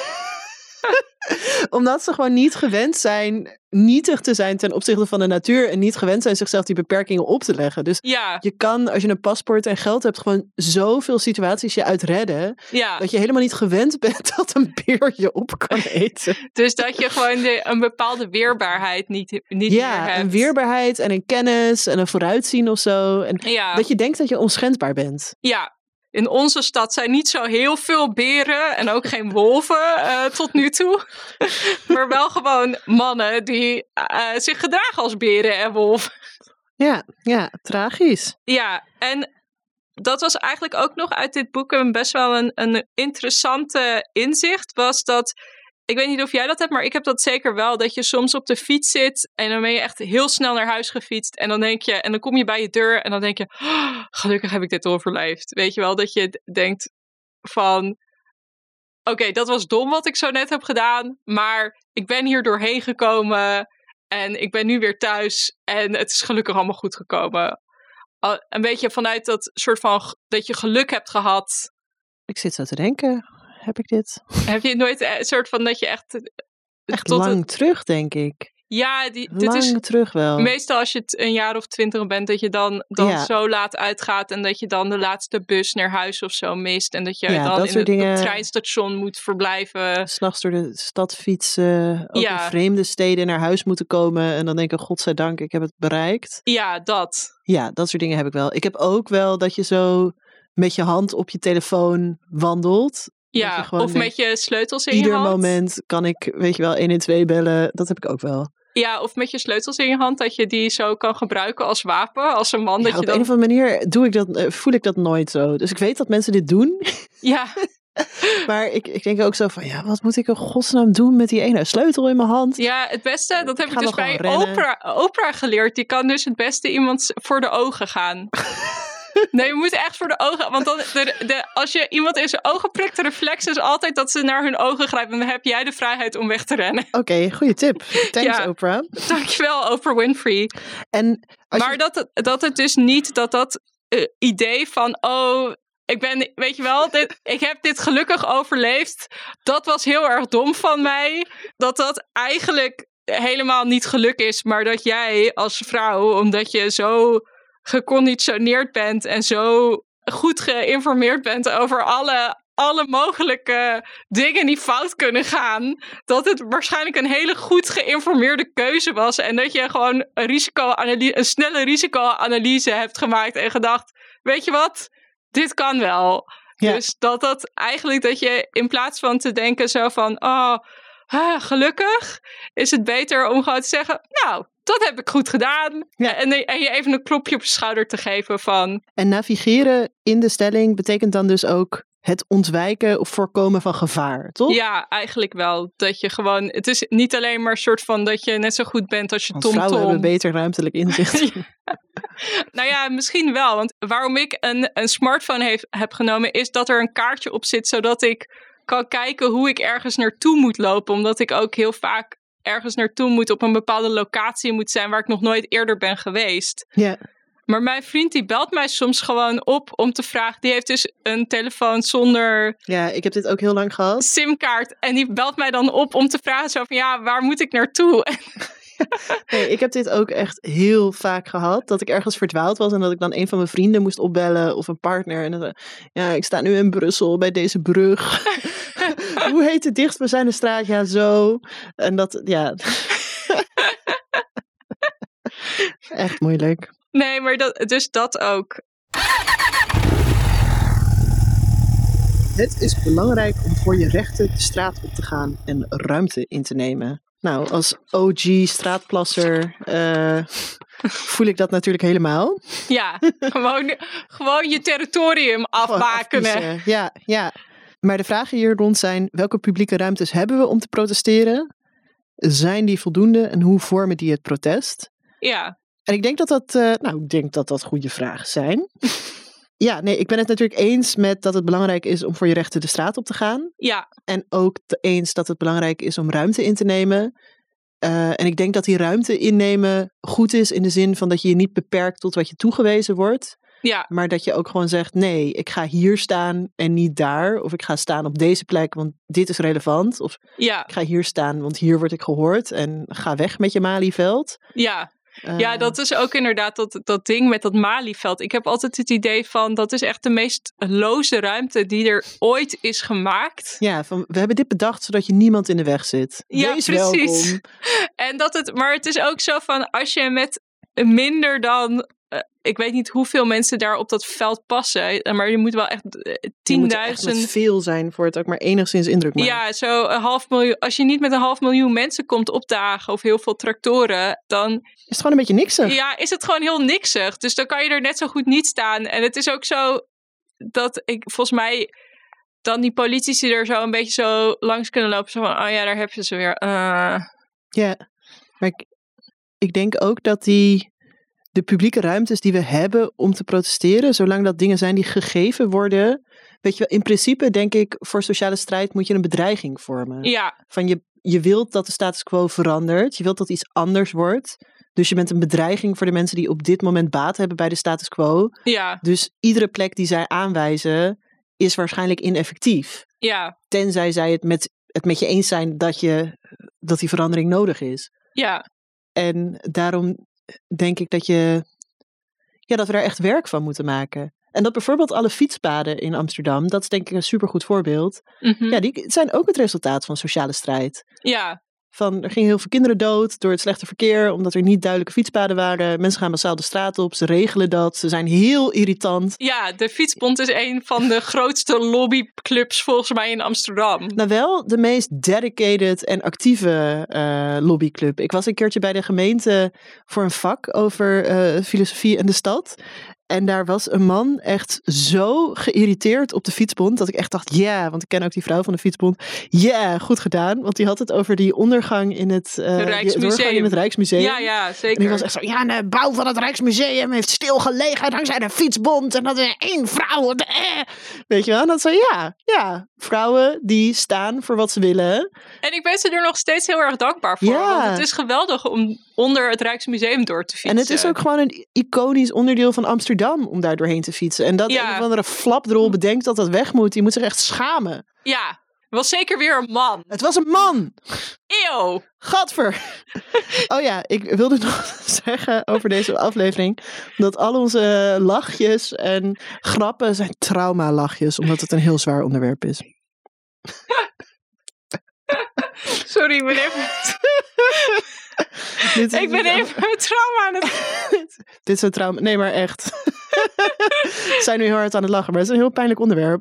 Omdat ze gewoon niet gewend zijn nietig te zijn ten opzichte van de natuur en niet gewend zijn zichzelf die beperkingen op te leggen. Dus Ja, je kan, als je een paspoort en geld hebt, gewoon zoveel situaties je uitredden, ja. dat je helemaal niet gewend bent dat een beer je op kan eten. Dus dat je gewoon de, een bepaalde weerbaarheid niet, niet meer Ja, hebt. een weerbaarheid en een kennis en een vooruitzien of zo. En Ja, dat je denkt dat je onschendbaar bent. ja. In onze stad zijn niet zo heel veel beren en ook geen wolven uh, tot nu toe. Maar wel gewoon mannen die uh, zich gedragen als beren en wolven. Ja, ja, tragisch. Ja, en dat was eigenlijk ook nog uit dit boek een best wel een, een interessante inzicht. Was dat, ik weet niet of jij dat hebt, maar ik heb dat zeker wel. Dat je soms op de fiets zit en dan ben je echt heel snel naar huis gefietst. En dan denk je, en dan kom je bij je deur en dan denk je, oh, gelukkig heb ik dit overleefd. Weet je wel, dat je d- denkt van, oké, okay, dat was dom wat ik zo net heb gedaan. Maar ik ben hier doorheen gekomen en ik ben nu weer thuis. En het is gelukkig allemaal goed gekomen. Al- Een beetje vanuit dat soort van, g- dat je geluk hebt gehad. Ik zit zo te denken, heb ik dit? Heb je nooit een soort van dat je echt... Echt tot lang het- terug, denk ik. ja, die, dit Lang is terug wel. meestal als je t- een jaar of twintig bent, dat je dan, dan Ja. zo laat uitgaat en dat je dan de laatste bus naar huis of zo mist. En dat je Ja, dan dat in soort het, op dingen. het treinstation moet verblijven. S'nachts door de stad fietsen, ook Ja. in vreemde steden naar huis moeten komen en dan denken, godzijdank, ik heb het bereikt. Ja, dat. Ja, dat soort dingen heb ik wel. Ik heb ook wel dat je zo met je hand op je telefoon wandelt. Dat je Ja, gewoon of denkt, met je sleutels in je Ieder hand. moment kan ik, weet je wel, honderdtwaalf bellen. Dat heb ik ook wel. Ja, of met je sleutels in je hand, dat je die zo kan gebruiken als wapen, als een man. Ja, dat je op dan... een of andere manier doe ik dat, eh, voel ik dat nooit zo. Dus ik weet dat mensen dit doen. Ja, Maar ik, ik denk ook zo van, ja, wat moet ik in godsnaam doen met die ene sleutel in mijn hand? ja, het beste, dat heb Ik ik ga dus wel bij gewoon rennen. Oprah, Oprah geleerd. Die kan dus het beste iemand voor de ogen gaan. Nee, je moet echt voor de ogen. Want dan, de, de, als je iemand in zijn ogen prikt, de reflex is altijd dat ze naar hun ogen grijpen. En dan heb jij de vrijheid om weg te rennen. Oké, okay, goede tip. Thanks, Ja. Oprah. Dankjewel, Oprah Winfrey. En als Maar je, dat, het, dat het dus niet dat dat uh, idee van, oh, ik ben, weet je wel, dit, ik heb dit gelukkig overleefd. Dat was heel erg dom van mij. Dat dat eigenlijk helemaal niet geluk is, maar dat jij als vrouw, omdat je zo geconditioneerd bent en zo goed geïnformeerd bent over alle, alle mogelijke dingen die fout kunnen gaan, dat het waarschijnlijk een hele goed geïnformeerde keuze was en dat je gewoon een, risicoanalyse, een snelle risicoanalyse hebt gemaakt en gedacht, weet je wat, dit kan wel. Ja. Dus dat dat eigenlijk dat je in plaats van te denken zo van, oh, ah, gelukkig, is het beter om gewoon te zeggen, nou, dat heb ik goed gedaan. Ja. En, en je even een klopje op je schouder te geven van, en navigeren in de stelling betekent dan dus ook het ontwijken of voorkomen van gevaar, toch? ja, eigenlijk wel. Dat je gewoon, het is niet alleen maar een soort van dat je net zo goed bent als je Want vrouwen TomTom. hebben beter ruimtelijk inzicht. Nou ja, misschien wel. Want waarom ik een, een smartphone heeft, heb genomen, is dat er een kaartje op zit, zodat ik kan kijken hoe ik ergens naartoe moet lopen. Omdat ik ook heel vaak ergens naartoe moet op een bepaalde locatie moet zijn waar ik nog nooit eerder ben geweest. Ja. Maar mijn vriend die belt mij soms gewoon op om te vragen. Die heeft dus een telefoon zonder Ja, ik heb dit ook heel lang gehad. simkaart. En die belt mij dan op om te vragen zo van ja, waar moet ik naartoe? Nee, ik heb dit ook echt heel vaak gehad. Dat ik ergens verdwaald was en dat ik dan een van mijn vrienden moest opbellen of een partner. En dan zei, ja, ik sta nu in Brussel bij deze brug. Hoe heet het dichtstbijzijnde straat? Ja, zo. En dat, ja. Echt moeilijk. Nee, maar dat, dus dat ook. Het is belangrijk om voor je rechten de straat op te gaan en ruimte in te nemen. Nou, als O G straatplasser uh, voel ik dat natuurlijk helemaal. Ja, gewoon, gewoon je territorium afbakenen. Ja, ja. Maar de vragen hier rond zijn, welke publieke ruimtes hebben we om te protesteren? Zijn die voldoende en hoe vormen die het protest? Ja. En ik denk dat dat, uh, nou, ik denk dat dat goede vragen zijn. Ja, nee, ik ben het natuurlijk eens met dat het belangrijk is om voor je rechten de straat op te gaan. Ja. En ook te eens dat het belangrijk is om ruimte in te nemen. Uh, en ik denk dat die ruimte innemen goed is in de zin van dat je je niet beperkt tot wat je toegewezen wordt. Ja. Maar dat je ook gewoon zegt, nee, ik ga hier staan en niet daar. Of ik ga staan op deze plek, want dit is relevant. Of ja. ik ga hier staan, want hier word ik gehoord. En ga weg met je Malieveld. Ja. Uh, ja, dat is ook inderdaad dat, dat ding met dat Malieveld. Ik heb altijd het idee van, dat is echt de meest loze ruimte die er ooit is gemaakt. Ja, van, we hebben dit bedacht zodat je niemand in de weg zit. Ja, Wees precies. welkom. En dat het, maar het is ook zo van, als je met minder dan, uh, ik weet niet hoeveel mensen daar op dat veld passen, maar je moet wel echt uh, tienduizend... Het moet veel zijn voor het ook maar enigszins indruk maken. Ja, zo een half miljoen. Als je niet met een half miljoen mensen komt opdagen of heel veel tractoren, dan is het gewoon een beetje niksig. Ja, is het gewoon heel niksig. Dus dan kan je er net zo goed niet staan. En het is ook zo dat ik volgens mij dan die politici er zo een beetje zo langs kunnen lopen. Zo van, oh ja, daar heb je ze weer. Uh. Ja, maar ik, ik denk ook dat die de publieke ruimtes die we hebben om te protesteren, zolang dat dingen zijn die gegeven worden, weet je wel, in principe denk ik, voor sociale strijd moet je een bedreiging vormen. Ja. Van je, je wilt dat de status quo verandert, je wilt dat iets anders wordt. Dus je bent een bedreiging voor de mensen die op dit moment baat hebben bij de status quo. Ja. Dus iedere plek die zij aanwijzen is waarschijnlijk ineffectief. Ja. Tenzij zij het met, het met je eens zijn dat, je, dat die verandering nodig is. Ja. En daarom denk ik dat, je, ja, dat we daar echt werk van moeten maken. En dat bijvoorbeeld alle fietspaden in Amsterdam, dat is denk ik een supergoed voorbeeld. Mm-hmm. Ja, die zijn ook het resultaat van sociale strijd. Ja. Van, er gingen heel veel kinderen dood door het slechte verkeer, omdat er niet duidelijke fietspaden waren. Mensen gaan massaal de straat op, ze regelen dat, ze zijn heel irritant. Ja, de Fietsbond is een van de grootste lobbyclubs volgens mij in Amsterdam. Nou wel de meest dedicated en actieve uh, lobbyclub. Ik was een keertje bij de gemeente voor een vak over uh, filosofie en de stad. En daar was een man echt zo geïrriteerd op de Fietsbond, dat ik echt dacht, ja, yeah, want ik ken ook die vrouw van de Fietsbond. Ja, yeah, goed gedaan. Want die had het over die ondergang in het, uh, Rijksmuseum. Die doorgang in het Rijksmuseum. Ja, ja, zeker. En die was echt zo, ja, de bouw van het Rijksmuseum heeft stilgelegen dankzij de Fietsbond. En dat is één vrouw. Eh. Weet je wel? En dat zo, ja, ja, vrouwen die staan voor wat ze willen. En ik ben ze er nog steeds heel erg dankbaar voor. Ja. Want het is geweldig om onder het Rijksmuseum door te fietsen. En het is ook gewoon een iconisch onderdeel van Amsterdam om daar doorheen te fietsen. En dat ja. een of andere flapdrol bedenkt dat dat weg moet, die moet zich echt schamen. Ja, het was zeker weer een man. Het was een man! Eeuw! Gadver! Oh ja, ik wilde nog zeggen over deze aflevering dat al onze lachjes en grappen zijn trauma-lachjes, omdat het een heel zwaar onderwerp is. Sorry, ik ben even... Dit is, ik ben even met trauma aan het... Dit is een trauma... Nee, maar echt. We zijn nu heel hard aan het lachen, maar het is een heel pijnlijk onderwerp.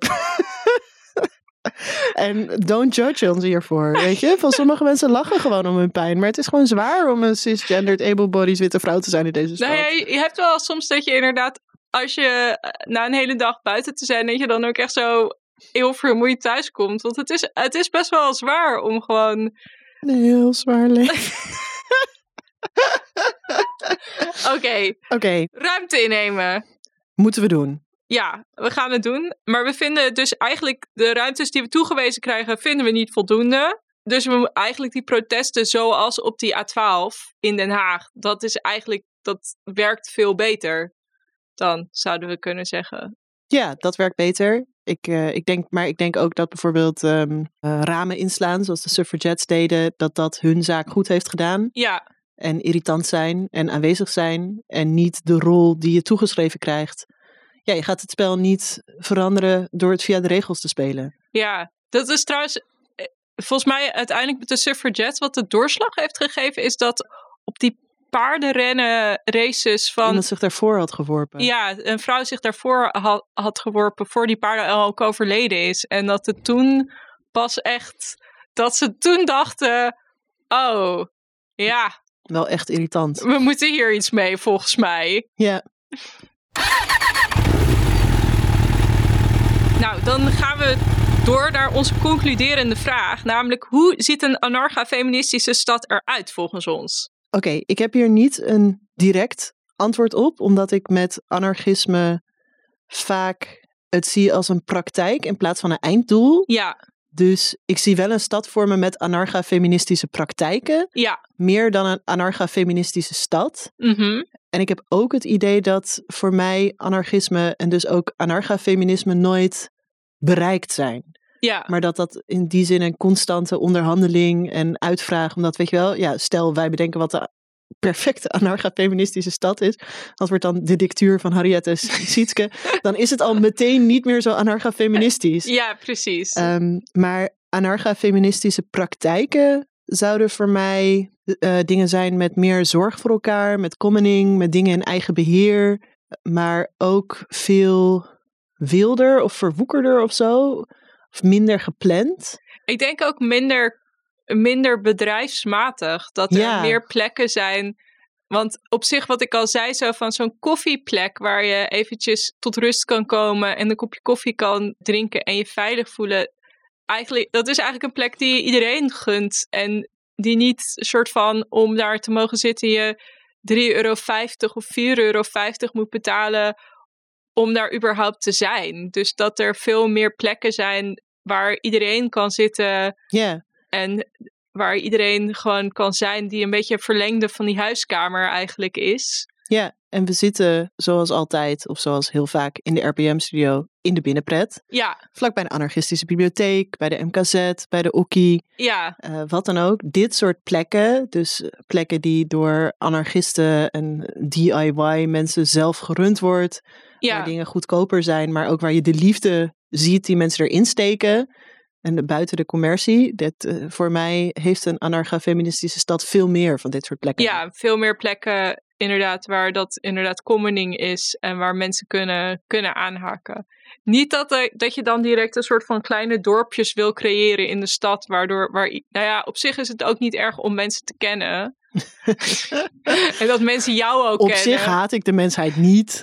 En don't judge ons hiervoor, weet je? Van sommige mensen lachen gewoon om hun pijn, maar het is gewoon zwaar om een cisgendered, able-bodied witte vrouw te zijn in deze stad. Nou ja, je hebt wel soms dat je inderdaad, als je na een hele dag buiten te zijn, dat je dan ook echt zo heel vermoeid thuis komt. Want het is, het is best wel zwaar om gewoon... Een heel zwaar leven. Oké. Oké. Ruimte innemen. Moeten we doen. ja, we gaan het doen. Maar we vinden dus eigenlijk de ruimtes die we toegewezen krijgen, vinden we niet voldoende. Dus we moeten eigenlijk die protesten zoals op die A twaalf in Den Haag. Dat is eigenlijk, dat werkt veel beter dan, zouden we kunnen zeggen. Ja, dat werkt beter. Ik, uh, ik denk, maar ik denk ook dat bijvoorbeeld um, uh, ramen inslaan, zoals de suffragettes deden, dat dat hun zaak goed heeft gedaan. Ja. En irritant zijn en aanwezig zijn en niet de rol die je toegeschreven krijgt. Ja, je gaat het spel niet veranderen door het via de regels te spelen. Ja, dat is trouwens, volgens mij uiteindelijk met de suffragettes wat de doorslag heeft gegeven, is dat op die paardenrennen races van... Iemand zich daarvoor had geworpen. Ja, een vrouw zich daarvoor had, had geworpen voor die paarden al ook overleden is. En dat het toen pas echt, dat ze toen dachten, oh, ja. Wel echt irritant. We moeten hier iets mee, volgens mij. Ja. Nou, dan gaan we door naar onze concluderende vraag. Namelijk, hoe ziet een anarcha-feministische stad eruit volgens ons? Oké, okay, ik heb hier niet een direct antwoord op, omdat ik met anarchisme vaak het zie als een praktijk in plaats van een einddoel. Ja. Dus ik zie wel een stad vormen met anarcha-feministische praktijken. Ja. Meer dan een anarcha-feministische stad. Mm-hmm. En ik heb ook het idee dat voor mij anarchisme en dus ook anarcha-feminisme nooit bereikt zijn. Ja. Maar dat dat in die zin een constante onderhandeling en uitvraag, omdat weet je wel, ja, stel wij bedenken wat de perfecte anarcha-feministische stad is, dat wordt dan de dictuur van Harriette Sietske, dan is het al meteen niet meer zo anarcha-feministisch. Ja, precies. Um, maar anarcha-feministische praktijken zouden voor mij uh, dingen zijn met meer zorg voor elkaar, met commoning, met dingen in eigen beheer, maar ook veel wilder of verwoekerder of zo. Of minder gepland. Ik denk ook minder, minder bedrijfsmatig. Dat er ja. meer plekken zijn. Want op zich wat ik al zei, zo van zo'n koffieplek waar je eventjes tot rust kan komen en een kopje koffie kan drinken en je veilig voelen. Eigenlijk, dat is eigenlijk een plek die je iedereen gunt. En die niet soort van om daar te mogen zitten je drie euro vijftig of vier euro vijftig moet betalen om daar überhaupt te zijn. Dus dat er veel meer plekken zijn waar iedereen kan zitten. Yeah. En waar iedereen gewoon kan zijn die een beetje een verlengde van die huiskamer eigenlijk is. Ja, en we zitten zoals altijd, of zoals heel vaak in de R P M-studio, in de binnenpret. Ja. Vlakbij de anarchistische bibliotheek, bij de M K Z, bij de Oekie. Ja. Uh, wat dan ook. Dit soort plekken, dus plekken die door anarchisten en D I Y mensen zelf gerund wordt. Ja. Waar dingen goedkoper zijn, maar ook waar je de liefde ziet die mensen erin steken. En de, buiten de commercie. Dit, uh, voor mij heeft een anarcha-feministische stad veel meer van dit soort plekken. Ja, veel meer plekken inderdaad waar dat inderdaad commoning is. En waar mensen kunnen, kunnen aanhaken. Niet dat, er, dat je dan direct een soort van kleine dorpjes wil creëren in de stad. Waardoor, waar, nou ja, op zich is het ook niet erg om mensen te kennen. En dat mensen jou ook op kennen. Op zich haat ik de mensheid niet.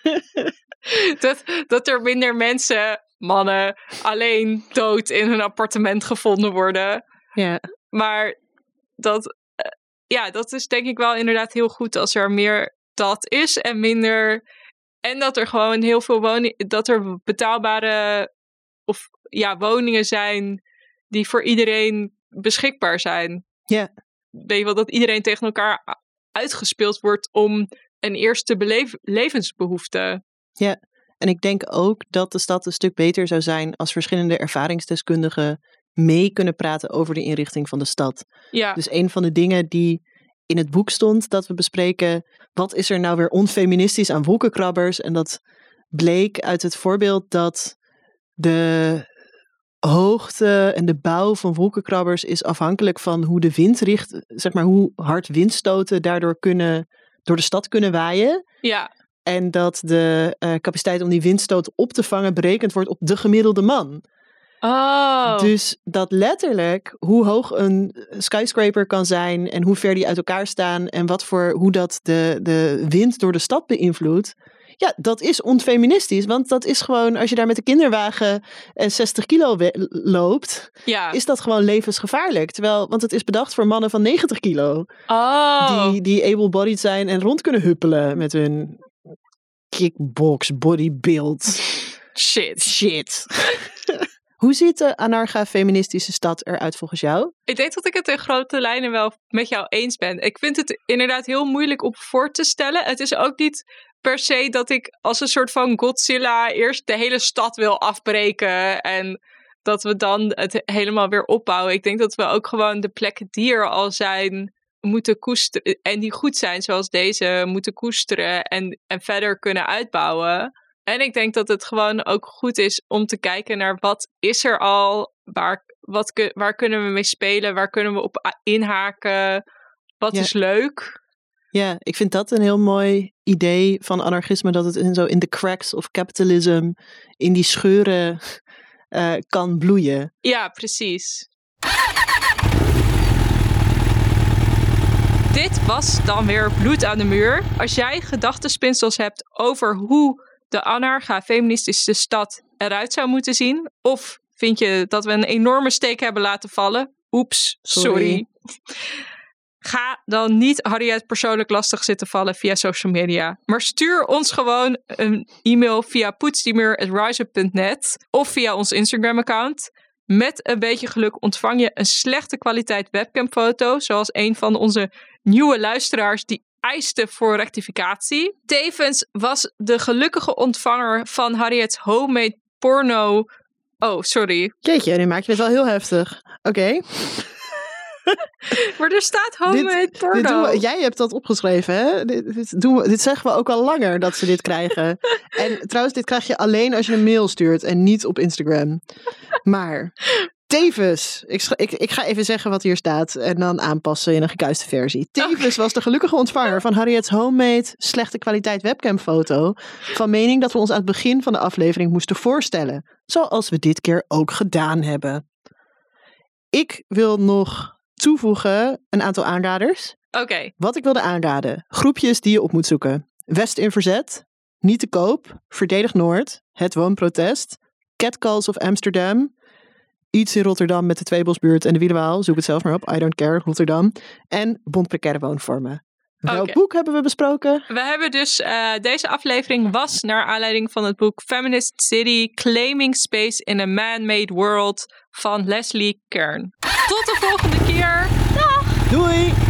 dat, dat er minder mensen, mannen, alleen dood in hun appartement gevonden worden. Ja. Maar dat, ja, dat is denk ik wel inderdaad heel goed als er meer dat is en minder. En dat er gewoon heel veel woningen, dat er betaalbare of ja, woningen zijn die voor iedereen beschikbaar zijn. Ja. Weet je wel, dat iedereen tegen elkaar uitgespeeld wordt om een eerste beleef- levensbehoefte. Ja, en ik denk ook dat de stad een stuk beter zou zijn als verschillende ervaringsdeskundigen mee kunnen praten over de inrichting van de stad. Ja. Dus een van de dingen die in het boek stond dat we bespreken, wat is er nou weer onfeministisch aan wolkenkrabbers? En dat bleek uit het voorbeeld dat de hoogte en de bouw van wolkenkrabbers is afhankelijk van hoe de wind richt, zeg maar hoe hard windstoten daardoor kunnen, door de stad kunnen waaien. Ja. En dat de uh, capaciteit om die windstoot op te vangen berekend wordt op de gemiddelde man. Oh. Dus dat letterlijk hoe hoog een skyscraper kan zijn en hoe ver die uit elkaar staan en wat voor, hoe dat de, de wind door de stad beïnvloedt. Ja, dat is onfeministisch, want dat is gewoon, als je daar met de kinderwagen en zestig kilo we- loopt, ja. is dat gewoon levensgevaarlijk. Terwijl, want het is bedacht voor mannen van negentig kilo. Oh. Die, die able-bodied zijn en rond kunnen huppelen met hun kickbox, bodybuild. Shit. Shit. Hoe ziet de anarcha-feministische stad eruit volgens jou? Ik denk dat ik het in grote lijnen wel met jou eens ben. Ik vind het inderdaad heel moeilijk om voor te stellen. Het is ook niet per se dat ik als een soort van Godzilla eerst de hele stad wil afbreken en dat we dan het helemaal weer opbouwen. Ik denk dat we ook gewoon de plekken die er al zijn moeten koesteren en die goed zijn zoals deze moeten koesteren en, en verder kunnen uitbouwen. En ik denk dat het gewoon ook goed is om te kijken naar wat is er al, waar, wat, waar kunnen we mee spelen, waar kunnen we op inhaken, wat ja. is leuk. Ja, ik vind dat een heel mooi idee van anarchisme, dat het in zo in de cracks of capitalism, in die scheuren uh, kan bloeien. Ja, precies. Dit was dan weer Bloed aan de Muur. Als jij gedachtenspinsels hebt over hoe de anarcha-feministische stad eruit zou moeten zien, of vind je dat we een enorme steek hebben laten vallen? Oeps, sorry. sorry. Ga dan niet Harriet persoonlijk lastig zitten vallen via social media. Maar stuur ons gewoon een e-mail via poetsdiemuur at riseup punt net of via ons Instagram-account. Met een beetje geluk ontvang je een slechte kwaliteit webcamfoto, zoals een van onze nieuwe luisteraars die eiste voor rectificatie. Tevens was de gelukkige ontvanger van Harriet's homemade porno... Oh, sorry. Jeetje, nu maak je het wel heel heftig. Oké. Okay. Maar er staat homemade dit, porno. Dit doen we, jij hebt dat opgeschreven, hè? Dit, dit, doen we, dit zeggen we ook al langer, dat ze dit krijgen. En trouwens, dit krijg je alleen als je een mail stuurt en niet op Instagram. Maar tevens, ik, ik, ik ga even zeggen wat hier staat en dan aanpassen in een gekuiste versie. Tevens was de gelukkige ontvanger van Harriet's homemade slechte kwaliteit webcamfoto van mening dat we ons aan het begin van de aflevering moesten voorstellen. Zoals we dit keer ook gedaan hebben. Ik wil nog toevoegen een aantal aanraders. Oké. Okay. Wat ik wilde aanraden. Groepjes die je op moet zoeken. West in Verzet, Niet te Koop, Verdedig Noord, Het Woonprotest, Catcalls of Amsterdam, Iets in Rotterdam met de Tweebosbuurt en de Wielenwaal, zoek het zelf maar op, I don't care, Rotterdam, en Bond Precaire Woonvormen. Welk okay. boek hebben we besproken? We hebben dus, uh, deze aflevering was naar aanleiding van het boek Feminist City, Claiming Space in a Man-Made World van Leslie Kern. Tot de volgende keer. Dag! Doei!